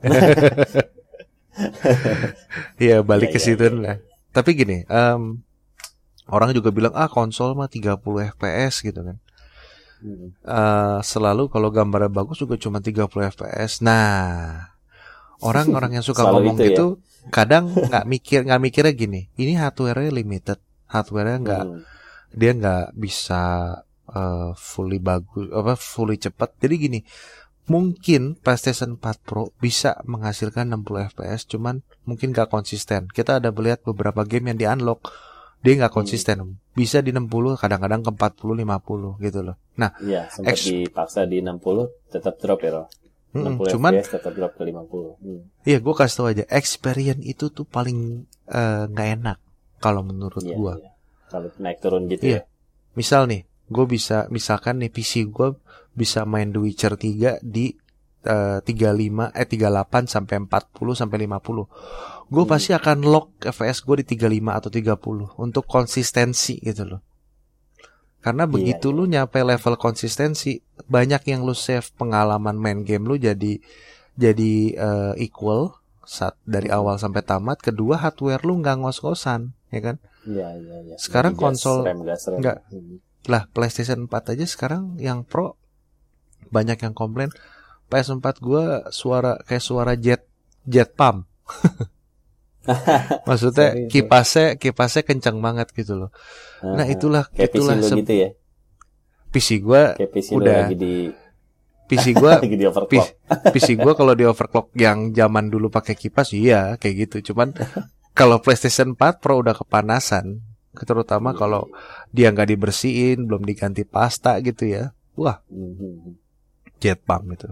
Iya, balik Iya, ke iya, situ iya. lah. Tapi gini, em, orang juga bilang ah konsol mah tiga puluh F P S gitu kan. Hmm. Eh, selalu kalau gambarnya bagus juga cuma tiga puluh F P S. Nah, orang-orang yang suka Selalu ngomong itu ya? gitu kadang nggak mikir nggak mikirnya gini. Ini hardware-nya limited, hardware-nya nggak Hmm. dia nggak bisa eh, fully bagus apa fully cepat. Jadi gini, mungkin PlayStation empat Pro bisa menghasilkan enam puluh F P S, cuman mungkin nggak konsisten. Kita ada melihat beberapa game yang di unlock dia nggak konsisten, bisa di enam puluh, kadang-kadang ke empat puluh, lima puluh gitu loh. Nah, Iya, sempat Ex- dipaksa di enam puluh, tetap drop ya, Ro. enam mm, puluh cuman F P S tetap drop ke lima puluh. Hmm. iya gue kasih tau aja, experience itu tuh paling eh, nggak enak kalau menurut Iya, gue. iya. Kalau naik turun gitu Iya. ya. Misal nih, gue bisa misalkan nih P C gue bisa main The Witcher tiga di eh, tiga puluh lima eh tiga puluh delapan sampai empat puluh sampai lima puluh. Gue Hmm. pasti akan lock F P S gue di tiga puluh lima atau tiga puluh untuk konsistensi gitu loh. Karena Iya, begitu iya. lu nyampe level konsistensi, banyak yang lu save pengalaman main game lu jadi jadi eh, equal saat dari Hmm. awal sampai tamat. Kedua, hardware lu nggak ngos-ngosan, ya kan? Iya, iya, iya. Sekarang Gas konsol- rem, gas rem. nggak. Hmm. Lah PlayStation empat aja sekarang yang Pro banyak yang komplain P S empat gua suara kayak suara jet jet pump. Maksudnya Sorry, kipasnya kipasnya kencang banget gitu loh. Nah, Aha. itulah Kayak itulah P C lu se- gitu ya. P C gua Kayak P C lu udah. lagi di P C gua lagi di P- overclock. P C gua kalau di overclock yang zaman dulu pakai kipas iya kayak gitu. Cuman kalau PlayStation empat Pro udah kepanasan, terutama Iya, kalau dia nggak dibersihin, belum diganti pasta gitu ya. Wah, Mhm. jet pump itu.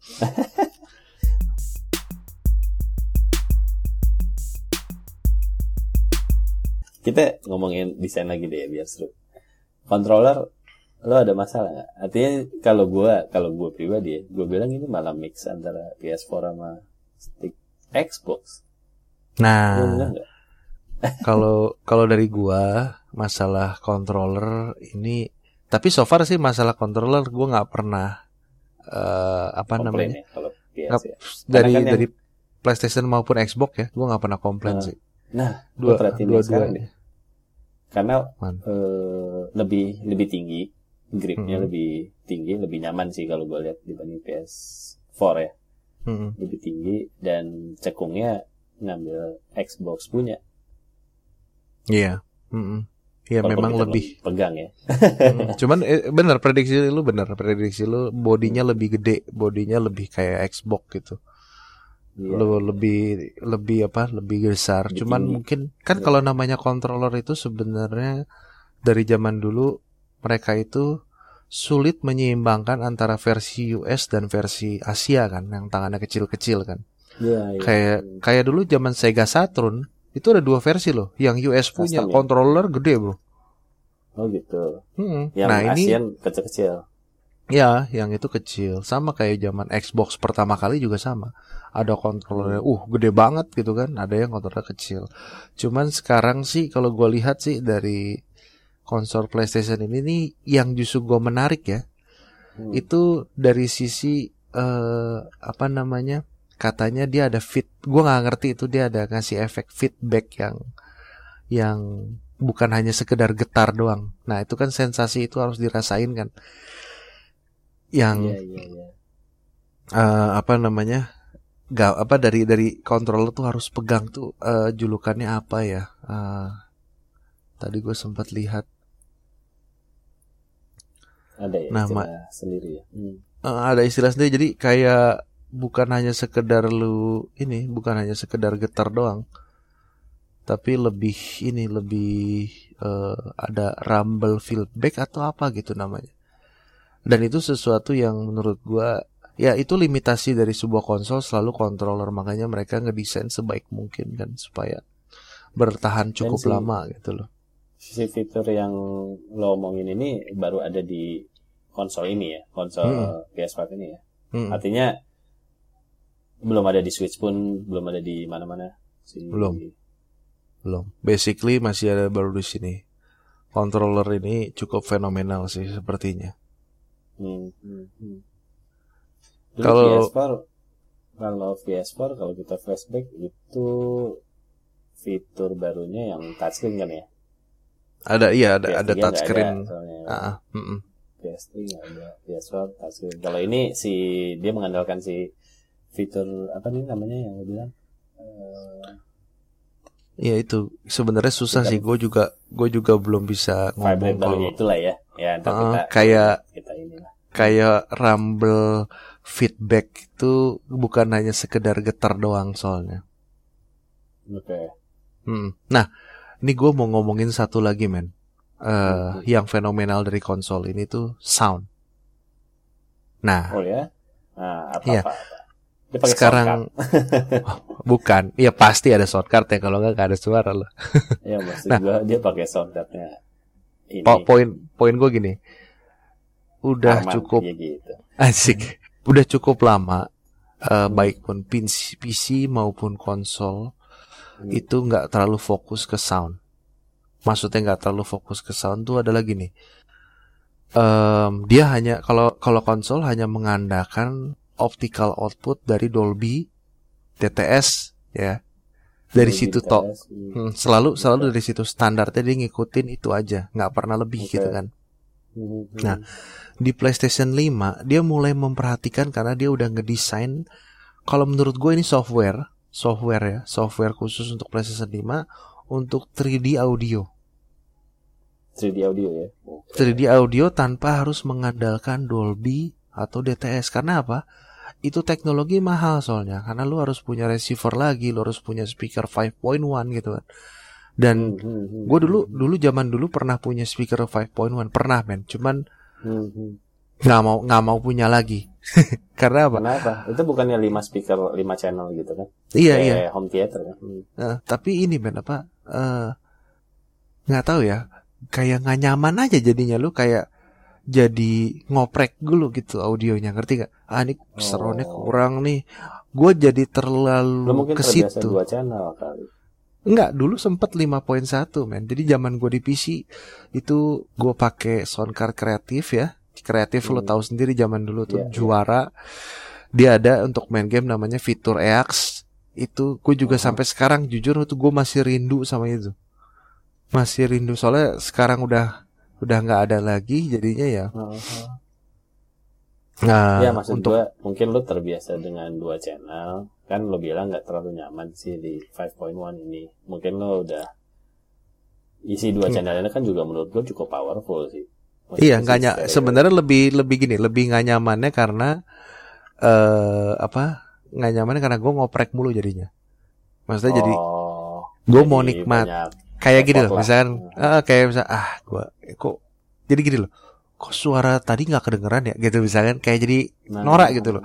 Kita ngomongin desain lagi deh ya biar seru. Controller lo ada masalah nggak? Artinya kalau gue kalau gue pribadi ya, gue bilang ini malah mix antara P S four sama stick Xbox. Lo bener Nah, nggak? kalau kalau dari gua masalah controller ini, tapi so far sih masalah controller gua nggak pernah eh, apa Komplain namanya ya kalau P S Nggak- ya. dari kan yang- dari PlayStation maupun Xbox ya, gua nggak pernah komplain Nah, sih. Nah, Dua gue perhatiin dua yang sekarang dua deh. Karena Man. eh, lebih lebih tinggi, gripnya Mhm. lebih tinggi, lebih nyaman sih kalau gue lihat dibanding P S four ya. Mm-mm. Lebih tinggi dan cekungnya ngambil Xbox punya. Iya, Mm-mm. Iya Walaupun memang kita lebih. belum pegang ya. Mm. Cuman eh, bener prediksi lu bener prediksi lu bodinya lebih gede, bodinya lebih kayak Xbox gitu. Iya. Lu lebih lebih apa? Lebih besar. Lebih Cuman tinggi. mungkin kan Iya. kalau namanya controller itu sebenarnya dari zaman dulu mereka itu sulit menyeimbangkan antara versi U S dan versi Asia kan, yang tangannya kecil-kecil kan. Iya, iya. Kayak kayak dulu zaman Sega Saturn itu ada dua versi loh. Yang U S punya Custom ya? controller gede bro. Oh gitu. Hmm. Yang Nah ini Asian kecil-kecil. ya, yang itu kecil. Sama kayak zaman Xbox pertama kali juga sama. Ada kontrolernya, uh gede banget gitu kan. Ada yang kontroler kecil. Cuman sekarang sih kalau gue lihat sih dari konsol PlayStation ini nih yang justru gue menarik ya. Hmm. Itu dari sisi eh, apa namanya? Katanya dia ada fit. Gue nggak ngerti itu dia ada ngasih efek feedback yang yang bukan hanya sekedar getar doang. Nah itu kan sensasi itu harus dirasain kan. Yang Iya, iya, iya. uh, apa namanya gak apa dari dari controller tuh harus pegang tuh uh, julukannya apa ya? Uh, tadi gue sempat lihat Ada ya nama istilah sendiri ya. Hmm. uh, ada istilah sendiri. Jadi kayak bukan hanya sekedar lu ini, bukan hanya sekedar getar doang, tapi lebih ini lebih uh, ada rumble feedback atau apa gitu namanya. Dan itu sesuatu yang menurut gua ya itu limitasi dari sebuah konsol selalu controller, makanya mereka ngedesain sebaik mungkin kan supaya bertahan cukup Dan si- lama gitu loh. Si fitur yang lo omongin ini baru ada di konsol ini ya, konsol Hmm. P S lima ini ya. Hmm. Artinya belum ada di Switch pun, belum ada di mana-mana. Si... Belum. Belum. Basically masih ada baru di sini. Controller ini cukup fenomenal sih sepertinya. Hmm, hmm, hmm. Dulu Kalau- P S empat, kalau P S empat kalau kita flashback itu fitur barunya yang touchscreen kan ya? Ada iya ada P S tiga ada nggak touchscreen. ada, soalnya. Ah, mm-mm. P S tiga nggak ada, P S empat touchscreen. Kalau ini si dia mengandalkan si fitur apa nih namanya yang lo bilang? Eh, Ya itu sebenarnya susah Kita- sih. Gue juga gue juga belum bisa ngomong vibrate barunya kalau itulah ya. Ya, ntar Ah, kita kayak- kita inilah. kayak rumble feedback itu bukan hanya sekedar getar doang soalnya. Oke. Hmm. Nah, ini gue mau ngomongin satu lagi men. Eh, Hmm. Yang fenomenal dari konsol ini tuh sound. Nah, Oh ya. Nah, apa Iya. apa apa. Dia pakai sekarang soundcard. bukan, ya pasti ada shortcut ya, kalau nggak nggak ada suara loh. Ya maksud Nah. gua dia pakai soundcardnya ini. Po- poin poin gue gini, udah Arman, cukup ya gitu. asik, udah cukup lama, eh, Hmm. baik pun P C, P C maupun konsol Hmm. itu nggak terlalu fokus ke sound. Maksudnya nggak terlalu fokus ke sound tuh adalah gini, Em, dia hanya kalau kalau konsol hanya mengandalkan optical output dari Dolby, D T S ya, dari Dolby situ D T S, tok. hmm. Hmm, selalu selalu dari situ standarnya dia ngikutin itu aja, nggak pernah lebih Oke. gitu kan. Hmm, hmm. Nah, di PlayStation lima dia mulai memperhatikan karena dia udah ngedesain, kalau menurut gue ini software, software ya, software khusus untuk PlayStation lima untuk three D audio. three D audio ya. Oke. three D audio tanpa harus mengandalkan Dolby atau D T S. Karena apa? Itu teknologi mahal soalnya, karena lu harus punya receiver lagi, lu harus punya speaker five point one gitu kan. Dan Hmm, hmm, hmm. gue dulu dulu zaman dulu pernah punya speaker five point one, pernah men, cuman Hmm, hmm. nggak mau nggak mau punya lagi. Karena apa? Kenapa? Itu bukannya lima speaker, lima channel gitu kan? Iya Kayak iya. home theater kan? Hmm. Eh, tapi ini men apa? eh, Nggak tahu ya. Kayak nggak nyaman aja jadinya, lu kayak jadi ngoprek dulu gitu audionya, ngerti gak? Ah ini serunya Oh. kurang nih. Gue jadi Lu terlalu mungkin ke terbiasa situ. dua channel kali. Enggak, dulu sempet lima point satu men. Jadi zaman gue di P C itu gue pakai sound card kreatif ya. Kreatif lo Hmm. tahu sendiri zaman dulu tuh Iya, iya. juara. Dia ada untuk main game namanya fitur E A X. Itu gue juga Oh. sampai sekarang jujur tuh gue masih rindu sama itu. Masih rindu soalnya sekarang udah udah nggak ada lagi jadinya ya. Oh, oh. Nah, Ya maksud untuk gua mungkin lu terbiasa dengan dua channel. Kan lo bilang gak terlalu nyaman sih di five point one ini. Mungkin lo udah isi dua Hmm. channel ini kan juga menurut gua cukup powerful sih. Maksudnya iya sih nggak ny- stereo. sebenarnya lebih lebih gini, lebih nggak nyamannya karena eh apa nggak nyaman karena gue ngoprek mulu jadinya. Maksudnya oh, jadi gue mau nikmat kayak gini loh, misalkan uh, kayak misal ah gue kok jadi gini loh, kok suara tadi nggak kedengeran ya gitu misalkan, kayak jadi nah, norak gitu loh.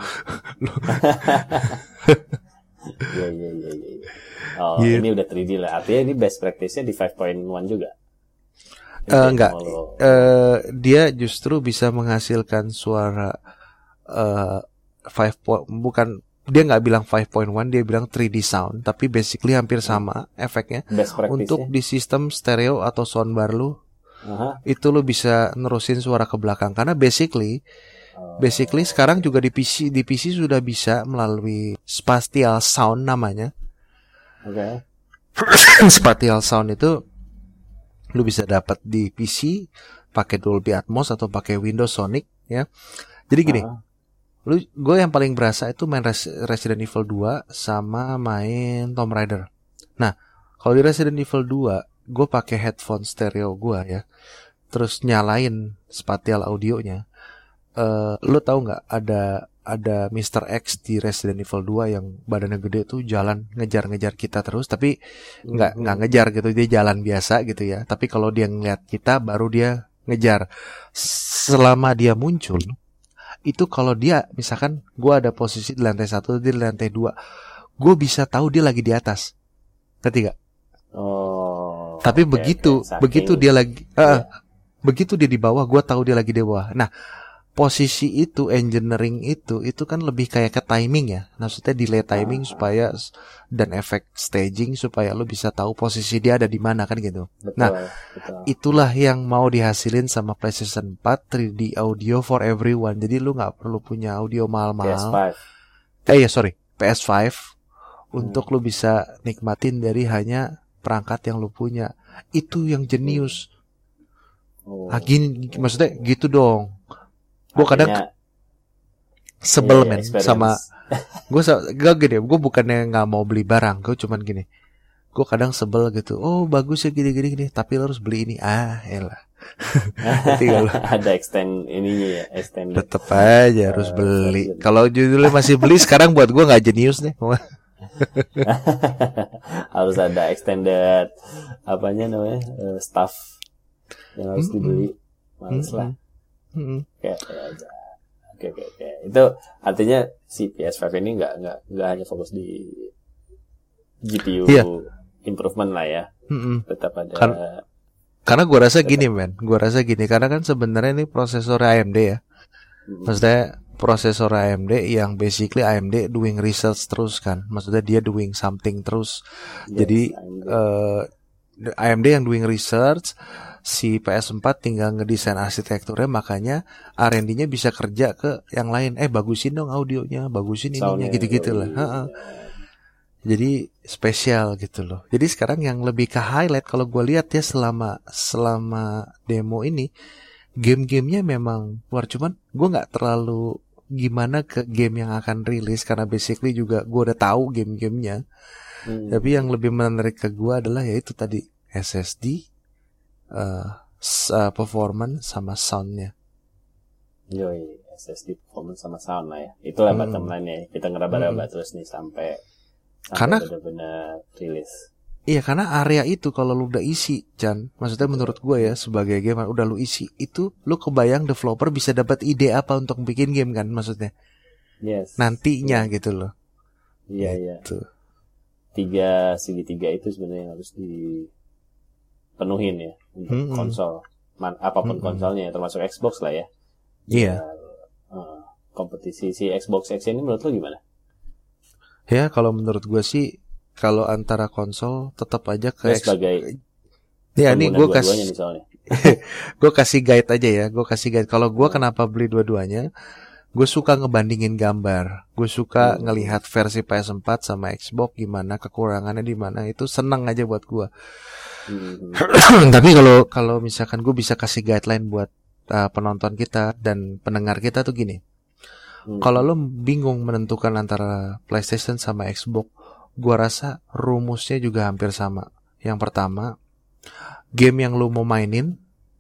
Iya iya iya iya. Oh yeah. Ini udah tiga D lah, artinya ini best practice-nya di lima titik satu juga. Uh, enggak, uh, dia justru bisa menghasilkan suara uh, lima po- bukan dia nggak bilang lima titik satu, dia bilang tiga D sound, tapi basically hampir sama efeknya. Untuk di sistem stereo atau soundbar lu, uh-huh. itu lu bisa nerusin suara ke belakang karena basically, uh, basically sekarang juga di P C di P C sudah bisa melalui spatial sound namanya. Oke. Okay. Spatial sound itu lu bisa dapat di P C pakai Dolby Atmos atau pakai Windows Sonic ya. Jadi gini. Uh-huh. Lu, gue yang paling berasa itu main Res- Resident Evil dua sama main Tomb Raider. Nah, kalau di Resident Evil dua, gue pakai headphone stereo gue ya, terus nyalain spatial audionya. Uh, lu tahu nggak ada ada mister X di Resident Evil dua yang badannya gede tuh jalan ngejar-ngejar kita terus, tapi nggak nggak ngejar gitu, dia jalan biasa gitu ya. Tapi kalau dia ngeliat kita, baru dia ngejar. Selama dia muncul. Itu kalau dia misalkan gue ada posisi di lantai satu, di lantai dua, gue bisa tahu dia lagi di atas, ngerti gak? Oh. Tapi okay, begitu, okay. begitu dia lagi, uh, yeah. begitu dia di bawah, gue tahu dia lagi di bawah. Nah, posisi itu, engineering itu, itu kan lebih kayak ke timing ya, maksudnya delay timing uh-huh. supaya dan efek staging supaya lo bisa tahu posisi dia ada di mana kan gitu. Betul, nah, betul. Itulah yang mau dihasilin sama PlayStation empat tiga D audio for everyone. Jadi lo nggak perlu punya audio mahal-mahal. P S lima. Eh ya sorry, P S lima hmm. untuk lo bisa nikmatin dari hanya perangkat yang lo punya. Itu yang jenius. Oh. Nah, gini, maksudnya gitu dong. Gue kadang sebel yeah, men yeah, sama gue gak gini, gue bukannya nggak mau beli barang, gue cuman gini, gue kadang sebel gitu, oh bagus ya gini gini gini, tapi lo harus beli ini, ah elah. Ada extend ininya ya, extend. Tetep aja harus uh, beli. Kalau judulnya masih beli sekarang buat gue nggak jenius nih. Harus ada extended apanya namanya uh, stuff yang harus mm-hmm. dibeli, males mm-hmm. lah. Hmm. Kayak aja. Oke oke oke. Itu artinya si P S lima ini nggak nggak nggak hanya fokus di G P U yeah. improvement lah ya. Mm-mm. Tetap ada. Kan, karena gue rasa tetap. gini men, gue rasa gini karena kan sebenarnya ini prosesor A M D ya. Mm-hmm. Maksudnya prosesor A M D yang basically A M D doing research terus kan. Maksudnya dia doing something terus. Yes, Jadi A M D. Uh, A M D yang doing research. Si P S empat tinggal ngedesain arsitekturnya, makanya R and D-nya bisa kerja ke yang lain. Eh bagusin dong audionya, bagusin ininya, gitu-gitu lah. Ha-ha. Jadi spesial gitu loh. Jadi sekarang yang lebih ke highlight kalau gue lihat ya selama selama demo ini, game-gamenya memang luar, cuman gue nggak terlalu gimana ke game yang akan rilis karena basically juga gue udah tahu game-gamenya. Hmm. Tapi yang lebih menarik ke gue adalah yaitu tadi S S D. Uh, uh, performance sama soundnya. Yoi, S S D performance sama sound lah ya. Itulah hmm. bottom line ya. Kita ngeraba-raba hmm. terus nih sampai sampai karena, benar-benar rilis. Iya, karena area itu kalau lu udah isi, Chan, maksudnya menurut gue ya sebagai gamer udah lu isi itu, lu kebayang developer bisa dapat ide apa untuk bikin game kan, maksudnya. Yes. Nantinya yeah. gitu loh. Iya iya. Gitu. Tiga segitiga itu sebenarnya harus di penuhin ya untuk mm-hmm. konsol, Man, apapun mm-hmm. konsolnya, termasuk Xbox lah ya. Iya. Yeah. Uh, kompetisi si Xbox X ini menurut lo gimana? Ya kalau menurut gue sih, kalau antara konsol tetap aja ke X- sebagai. Ya ini gue kasih, gue kasih guide aja ya, gue kasih guide. Kalau gue hmm. kenapa beli dua-duanya? Gue suka ngebandingin gambar, gue suka hmm. ngelihat versi P S empat sama Xbox gimana, kekurangannya di mana, itu seneng aja buat gue. Hmm. Tapi kalau kalau misalkan gue bisa kasih guideline buat uh, penonton kita dan pendengar kita tuh gini, hmm. kalau lo bingung menentukan antara PlayStation sama Xbox, gue rasa rumusnya juga hampir sama. Yang pertama, game yang lo mau mainin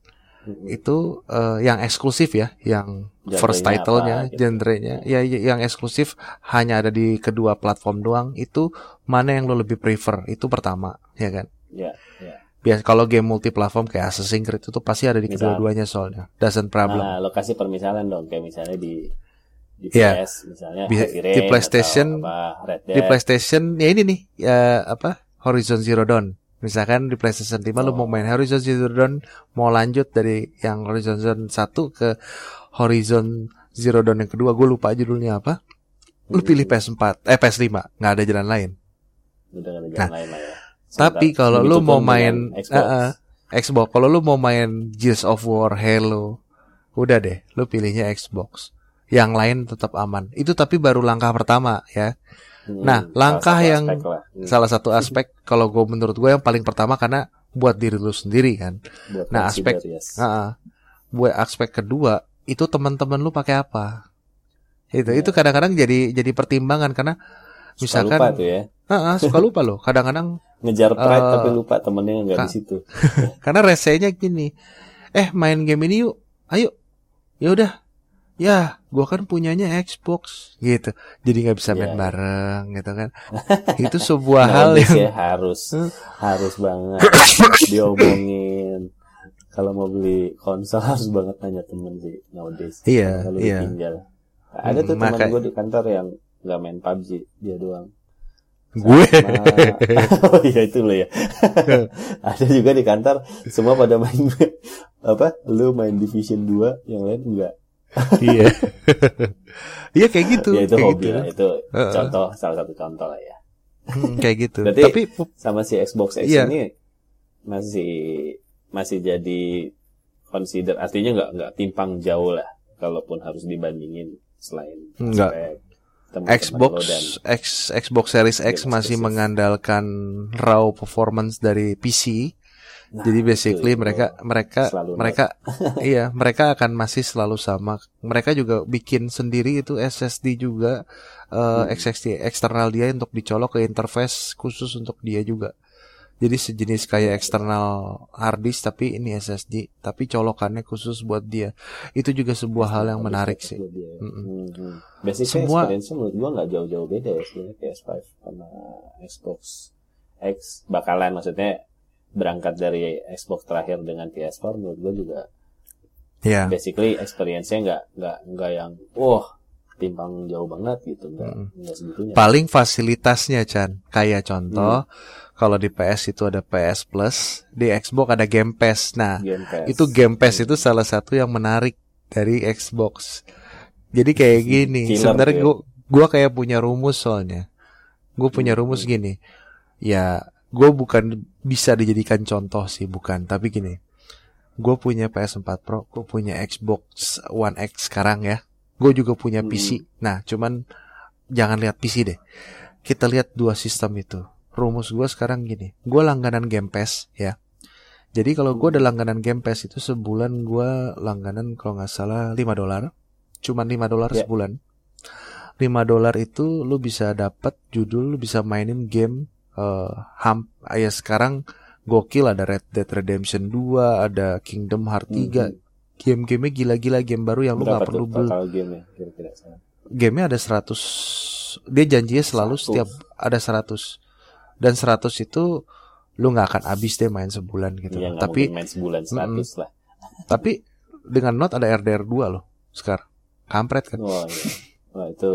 mm-hmm. itu uh, yang eksklusif ya, yang genre-nya first title-nya, gitu. Genre-nya, ya yang eksklusif hanya ada di kedua platform doang. Itu mana yang lo lebih prefer? Itu pertama, ya kan? Iya, yeah, iya. Yeah. Biasa kalau game multiplatform kayak Assassin's Creed itu pasti ada di Misal, kedua-duanya soalnya. Doesn't problem. Nah, lo kasih permisalan dong, kayak misalnya di di yeah. P S misalnya Bisa, di PlayStation, apa, Red Dead. Di PlayStation ya ini nih, ya apa? Horizon Zero Dawn. Misalkan di PlayStation lima oh. lu mau main Horizon Zero Dawn, mau lanjut dari yang Horizon satu ke Horizon Zero Dawn yang kedua, gue lupa judulnya apa. Lu pilih P S four, eh P S five, nggak ada jalan lain. Udah gak ada jalan nah, lain lah ya. Sebentar, tapi kalau lu mau main Xbox, uh, uh, Xbox, kalau lu mau main Gears of War, Halo, udah deh, lu pilihnya Xbox. Yang lain tetap aman. Itu tapi baru langkah pertama ya. Hmm, nah, langkah salah yang hmm. salah satu aspek kalau gue menurut gue yang paling pertama karena buat diri lu sendiri kan. Buat nah, aspek yes. uh, buat aspek kedua itu teman-teman lu pakai apa? Itu yeah. itu kadang-kadang jadi jadi pertimbangan karena misalkan suka lupa tuh ya. Uh, uh, suka lupa loh. Kadang-kadang ngejar pride uh, tapi lupa temennya nggak ka- di situ. Karena resenya gini. Eh, main game ini yuk. Ayo. Ya udah. Ya, gua kan punyanya Xbox gitu. Jadi nggak bisa main yeah. bareng gitu kan. Itu sebuah nah, hal yang ya, harus harus banget diomongin. Kalau mau beli konsol harus banget nanya temen sih nowadays. Iya, kalau iya. ditinggal. Ada tuh hmm, teman maka... gue di kantor yang nggak main P U B G, dia doang. Gue. Oh iya itu lo ya. Ada juga di kantor semua pada main apa? Lu main Division two, yang lain enggak. Iya. Iya kayak gitu. Ya itu kayak hobi gitu. lah, itu uh-uh. contoh salah satu contoh lah ya. Hmm, kayak gitu. Berarti tapi sama si Xbox X iya. ini masih masih jadi consider, artinya enggak enggak timpang jauh lah kalaupun harus dibandingin selain enggak. Aspek Xbox X, Xbox Series X masih eksklusif. Mengandalkan raw performance dari P C. Nah, jadi basically itu, mereka mereka mereka iya, mereka akan masih selalu sama. Mereka juga bikin sendiri itu S S D juga uh, hmm. S S D eksternal dia untuk dicolok ke interface khusus untuk dia juga. Jadi sejenis kayak eksternal hard disk tapi ini S S D, tapi colokannya khusus buat dia. Itu juga sebuah hal yang menarik sih. Hmm. Basically semua experience menurut gua nggak jauh-jauh beda ya sebenarnya P S five sama Xbox X. Bakalan maksudnya berangkat dari Xbox terakhir dengan P S four menurut gua juga. Yeah. Basically experience-nya nggak nggak nggak yang wah timpang jauh banget gitu, nggak hmm. nggak segitunya. Paling fasilitasnya Chan, kayak contoh. Hmm. Kalau di P S itu ada P S Plus, di Xbox ada Game Pass. Nah, Game Pass. itu Game Pass itu salah satu yang menarik dari Xbox. Jadi kayak gini, sebenarnya gue gue kayak punya rumus soalnya. Gue punya rumus hmm. gini. Ya, gue bukan bisa dijadikan contoh sih, bukan. Tapi gini, gue punya P S four Pro, gue punya Xbox One X sekarang ya. Gue juga punya P C. Hmm. Nah, cuman jangan lihat P C deh. Kita lihat dua sistem itu. Rumus gue sekarang gini, gue langganan Game Pass ya. Jadi kalau gue ada langganan Game Pass itu sebulan gue langganan kalau nggak salah lima dolar, cuman lima dolar yeah. sebulan. lima dolar itu lu bisa dapat judul, lu bisa mainin game. Uh, ham, ya sekarang gokil, ada Red Dead Redemption two, ada Kingdom Hearts three. Mm-hmm. Game-gamenya gila-gila, game baru yang lu nggak perlu beli. Game-nya, kira-kira game-nya ada seratus. Dia janjinya selalu seratus. Setiap ada seratus. Dan seratus itu lu nggak akan habis deh main sebulan gitu. Iya, tapi main sebulan seratus lah. Tapi dengan not ada R D R two loh sekarang. Kampret kan. Oh iya. Wah, itu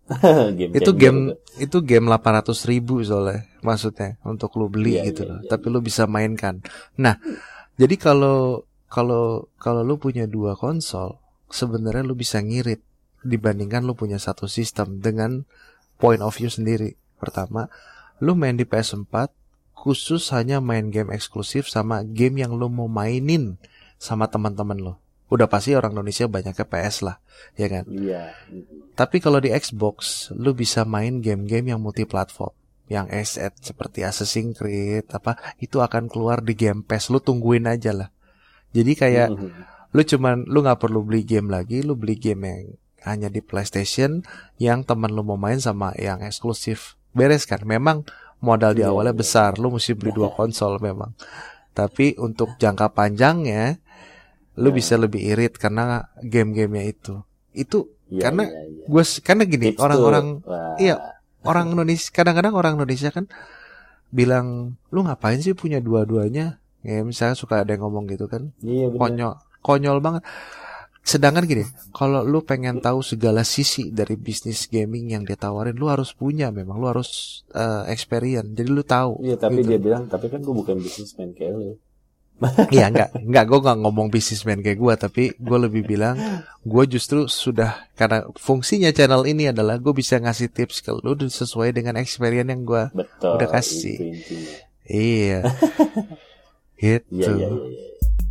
game itu game itu, itu game delapan ratus ribu soalnya maksudnya untuk lu beli iya, gitu iya, loh. Iya, tapi iya. Lu bisa mainkan. Nah, jadi kalau kalau kalau lu punya dua konsol, sebenarnya lu bisa ngirit dibandingkan lu punya satu sistem dengan point of view sendiri. Pertama, lu main di P S four khusus hanya main game eksklusif sama game yang lu mau mainin sama teman-teman lu. Udah pasti orang Indonesia banyaknya P S lah, ya kan? Iya. Tapi kalau di Xbox, lu bisa main game-game yang multiplatform, yang S S seperti Assassin's Creed apa, itu akan keluar di Game Pass. Lu tungguin aja lah. Jadi kayak mm-hmm. lu cuman lu nggak perlu beli game lagi, lu beli game yang hanya di PlayStation yang teman lu mau main sama yang eksklusif. Beres kan? Memang modal di awalnya yeah, besar, lu mesti beli dua konsol memang. Tapi untuk jangka panjangnya lu Nah. bisa lebih irit karena game-gamenya itu. Itu Iya, karena iya, iya. gue karena gini, Tips orang-orang tuh. Wah. iya, orang Indonesia kadang-kadang orang Indonesia kan bilang, "Lu ngapain sih punya dua-duanya?" Ya misalnya suka ada yang ngomong gitu kan. Iya, bener. Konyol, konyol banget. Sedangkan gini, kalau lu pengen tahu segala sisi dari bisnis gaming yang dia tawarin, lu harus punya memang, lu harus uh, experience. Jadi lu tahu. Iya, tapi gitu. dia bilang, tapi kan gue bukan businessman kayak lu. Iya, enggak, enggak, gue enggak ngomong businessman kayak gue, tapi gue lebih bilang, gue justru sudah, karena fungsinya channel ini adalah gue bisa ngasih tips ke lu sesuai dengan experience yang gue Betul, udah kasih. itu intinya. Iya, gitu. Iya, iya, iya, iya.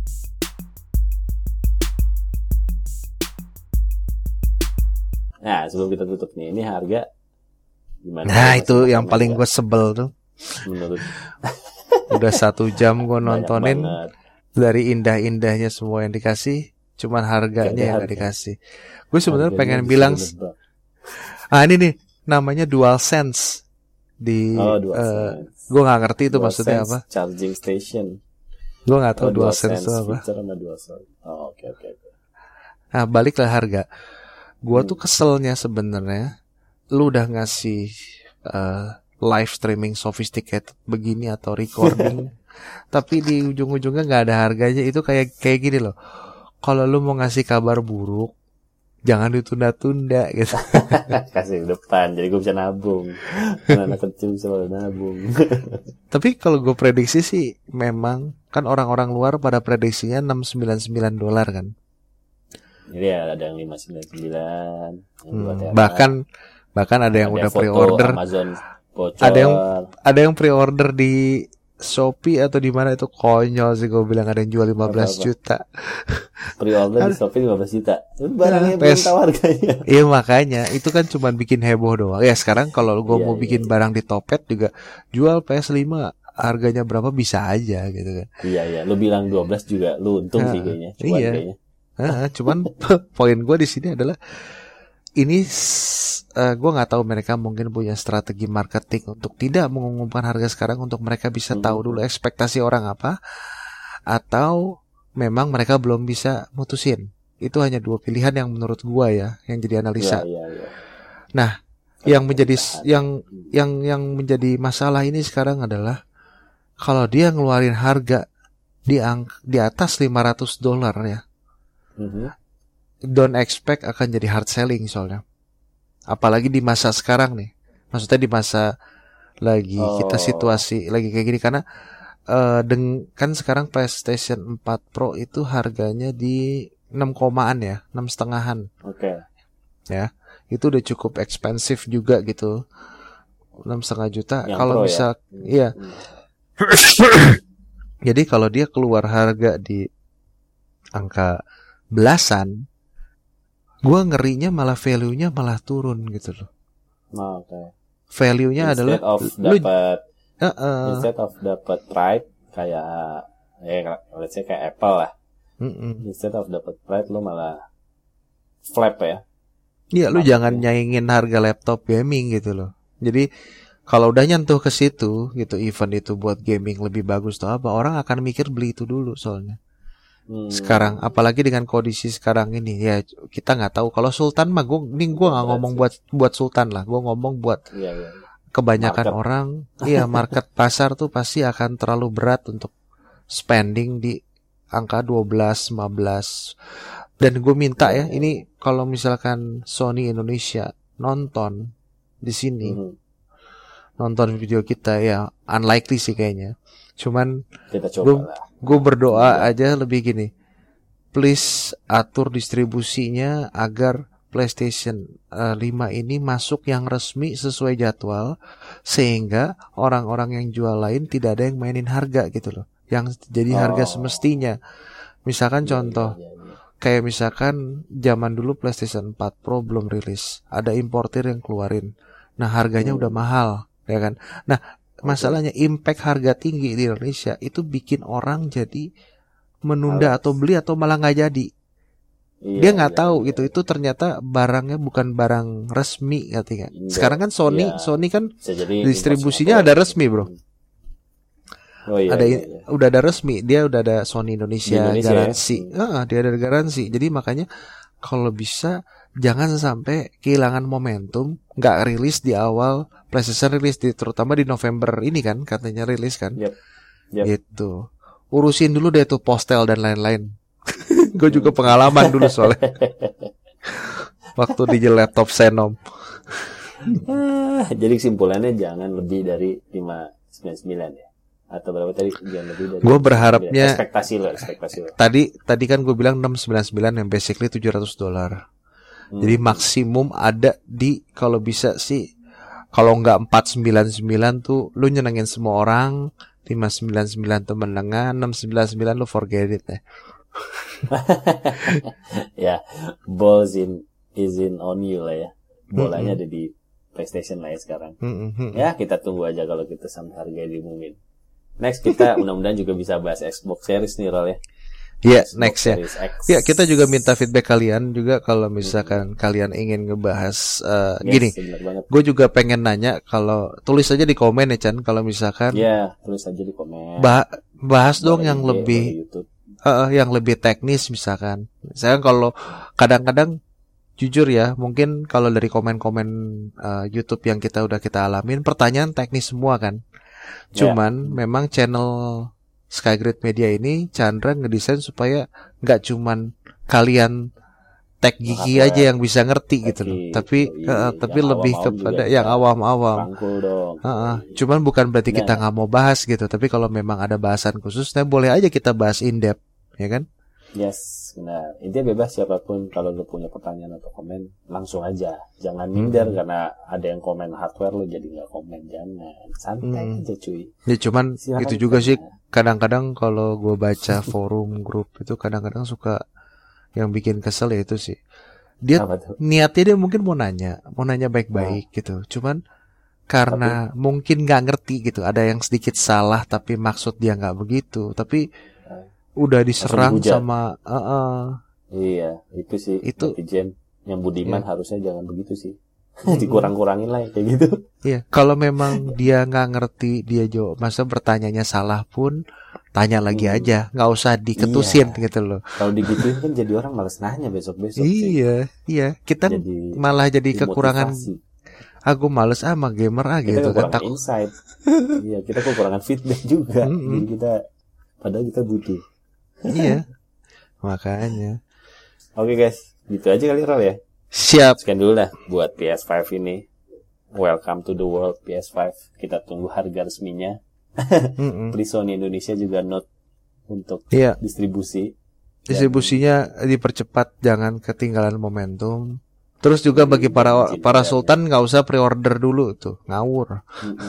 Nah, sebelum kita tutup nih, ini harga gimana? Nah, Masih itu yang makan paling juga? gue sebel tuh. Menurut Udah satu jam gue banyak nontonin banget. dari indah-indahnya semua yang dikasih, cuman harganya Gak ada yang gak harga. dikasih. Gue sebenarnya Harganya pengen bisa bilang, nebak. ah ini nih namanya DualSense di, Oh, uh, DualSense. gue nggak ngerti itu maksudnya DualSense apa. Charging station. Gue nggak tahu Oh, DualSense itu apa. feature sama DualSense. Oh, oke, oke, oke. Nah, baliklah harga. Gue Hmm. tuh keselnya sebenarnya, lu udah ngasih uh, live streaming sophisticated begini atau recording, tapi di ujung-ujungnya nggak ada harganya. Itu kayak kayak gini loh. Kalau lu mau ngasih kabar buruk, jangan ditunda-tunda gitu. Kasih depan, jadi gue bisa nabung. Anak kecil bisa pada nabung. Tapi kalau gue prediksi sih, memang kan orang-orang luar pada prediksinya enam ratus sembilan puluh sembilan dolar kan. Jadi ya ada yang lima ratus sembilan puluh sembilan, yang dua Hmm, tera. bahkan bahkan ada yang udah foto pre-order, Amazon bocor. ada yang ada yang pre-order di Shopee atau di mana itu konyol sih, gue bilang ada yang jual lima belas Apa-apa? juta. pre-order di Shopee lima belas juta. Itu barangnya Ya, belum pes. tahu harganya. Iya makanya itu kan cuma bikin heboh doang. Ya sekarang kalau gue Iya, mau iya, bikin iya. barang di Topet juga jual P S lima harganya berapa bisa aja gitu kan. Iya, iya. Lu bilang dua belas juga, lu untung Nah, sih kayaknya. Cuan iya. kayaknya. Nah, cuman poin gue di sini adalah ini uh, gue nggak tahu mereka mungkin punya strategi marketing untuk tidak mengumumkan harga sekarang untuk mereka bisa Hmm. tahu dulu ekspektasi orang apa, atau memang mereka belum bisa mutusin. Itu hanya dua pilihan yang menurut gue ya yang jadi analisa. Iya, iya, iya. Nah, yang menjadi yang yang yang menjadi masalah ini sekarang adalah kalau dia ngeluarin harga di ang- di atas lima ratus dolar ya. Mhm. Don't expect akan jadi hard selling soalnya. Apalagi di masa sekarang nih. Maksudnya di masa lagi Oh. kita situasi lagi kayak gini karena uh, deng kan sekarang PlayStation empat Pro itu harganya di enam komaan ya, enam setengahan. Oke. Ya. Itu udah cukup ekspensif juga gitu. enam setengah juta. Yang Kalau Pro bisa ya? iya. Hmm. Jadi kalau dia keluar harga di angka belasan, gua ngerinya malah value-nya malah turun gitu loh. Oh, oke. Value-nya Instead adalah of lu dapat uh, uh, instead of dapat Pride kayak ya let's say kayak Apple lah. mm-mm. Instead of dapat Pride lu malah flap ya. Iya, lu Maksudnya. jangan nyaingin harga laptop gaming gitu loh. Jadi kalau udah nyentuh ke situ gitu, event itu buat gaming lebih bagus tuh apa, orang akan mikir beli itu dulu soalnya. Hmm. Sekarang apalagi dengan kondisi sekarang ini ya kita nggak tahu. Kalau Sultan mah gue ini gue nggak ngomong buat buat Sultan lah, gue ngomong buat Iya, iya. kebanyakan Market. orang. Iya, market pasar tuh pasti akan terlalu berat untuk spending di angka dua belas lima belas. Dan gue minta ya, ini kalau misalkan Sony Indonesia nonton di sini, Mhm. nonton video kita ya unlikely sih kayaknya. Cuman Kita coba gue lah. gue berdoa Iya. aja lebih gini, please atur distribusinya agar PlayStation uh, lima ini masuk yang resmi sesuai jadwal, sehingga orang-orang yang jual lain tidak ada yang mainin harga gitu loh, yang jadi harga Oh. semestinya. Misalkan Iya, contoh iya, iya, iya. kayak misalkan zaman dulu PlayStation empat Pro belum rilis, ada importir yang keluarin, nah harganya Hmm. udah mahal ya kan. Nah masalahnya impact harga tinggi di Indonesia itu bikin orang jadi menunda Malas. atau beli atau malah nggak jadi. Iya, Dia nggak iya, tahu iya. gitu, itu ternyata barangnya bukan barang resmi katanya. Enggak. Sekarang kan Sony Iya. Sony kan Bisa jadi distribusinya impor ada resmi, bro. Oh iya, ada iya, iya. udah ada resmi, dia udah ada Sony Indonesia, Indonesia garansi. ya? Ah, dia ada garansi. Jadi makanya kalau bisa jangan sampai kehilangan momentum, nggak rilis di awal PlayStation rilis, di, terutama di November ini kan katanya rilis kan. Yep. Yep. Gitu. Urusin dulu deh tuh postel dan lain-lain. Gue juga pengalaman dulu soalnya. Waktu di laptop Xenom. Ah, jadi kesimpulannya jangan lebih dari lima ratus sembilan puluh sembilan ya. Atau berapa tadi? Jangan lebih dari Gue berharapnya ekspektasi lo, ekspektasi lo. Tadi tadi kan gue bilang enam ratus sembilan puluh sembilan yang basically tujuh ratus dolar. Hmm. Jadi maksimum ada di kalau bisa sih kalau nggak empat ratus sembilan puluh sembilan tuh lu nyenengin semua orang, lima ratus sembilan puluh sembilan temen lengan, enam ratus sembilan puluh sembilan lu forget it ya. Ya, balls in is in on you lah ya. Bolanya mm-hmm. ada di PlayStation lah ya sekarang. Mm-hmm. Ya, kita tunggu aja kalau kita sampai harga diumumin. Next kita mudah-mudahan juga bisa bahas Xbox Series nih, Rol ya. Iya, yeah, next ya. Ya, kita juga minta feedback kalian juga kalau misalkan hmm. kalian ingin ngebahas uh, yes, gini. Gue juga pengen nanya, kalau tulis aja di komen ya Chan, kalau misalkan. Iya, yeah, tulis aja di komen. Bah- bahas dong yang I G, lebih uh, yang lebih teknis misalkan. Misalkan kalau kadang-kadang jujur ya, mungkin kalau dari komen-komen uh, YouTube yang kita udah kita alamin, pertanyaan teknis semua kan. Cuman yeah. memang channel Skygrid Media ini Chandra ngedesain supaya nggak cuman kalian tech gigi aja yang bisa ngerti tech gitu loh, tapi oh, uh, tapi lebih kepada yang awam-awam. Uh, uh. Cuman bukan berarti nah. kita nggak mau bahas gitu, tapi kalau memang ada bahasan khusus, nah boleh aja kita bahas in depth, ya kan? Yes, benar. Intinya bebas siapapun kalau lu punya pertanyaan atau komen langsung aja. Jangan minder hmm. karena ada yang komen hardware lu jadi nggak komen, jangan. Santai hmm. aja cuy. Ya cuman silahkan itu juga sih kadang-kadang kalau gue baca forum grup itu kadang-kadang suka yang bikin kesel ya itu sih. Dia niatnya dia mungkin mau nanya, mau nanya baik-baik oh. gitu. Cuman karena tapi, mungkin nggak ngerti gitu, ada yang sedikit salah tapi maksud dia nggak begitu. Tapi udah diserang sama uh, uh. Iya, itu sih itu netizen yang budiman iya. harusnya jangan begitu sih. Dikurang-kurangin lah kayak gitu. Iya, kalau memang dia nggak ngerti, dia jawab, masa bertanyanya salah pun tanya lagi hmm. aja, nggak usah diketusin iya. gitu loh. Kalau digituin kan jadi orang malas nanya besok-besok. Iya, sih. iya, kita jadi, malah jadi kekurangan. Aku males ah sama gamer ah kita gitu kan. Kita kekurangan insight. Iya, kita kekurangan feedback juga. Mm-hmm. Jadi kita padahal kita butuh. Iya, makanya. Oke okay, guys, gitu aja kali Rol ya. Siap. Sekian dulu dah buat P S lima ini. Welcome to the world P S lima. Kita tunggu harga resminya. Please Sony Indonesia juga note untuk iya. distribusi. Distribusinya dan... dipercepat, jangan ketinggalan momentum. Terus juga bagi para para sultan nggak usah pre-order dulu tuh, ngawur.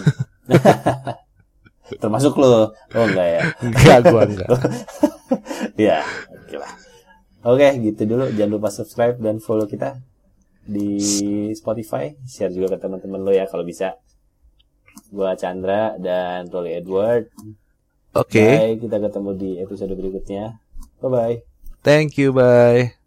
Termasuk lo. Oh enggak ya? Enggak, gua enggak. Ya, oke lah. Oke, gitu dulu. Jangan lupa subscribe dan follow kita di Spotify. Share juga ke teman-teman lo ya kalau bisa. Gua Chandra dan Rolly Edward. Oke. Okay. Bye, kita ketemu di episode berikutnya. Bye-bye. Thank you, bye.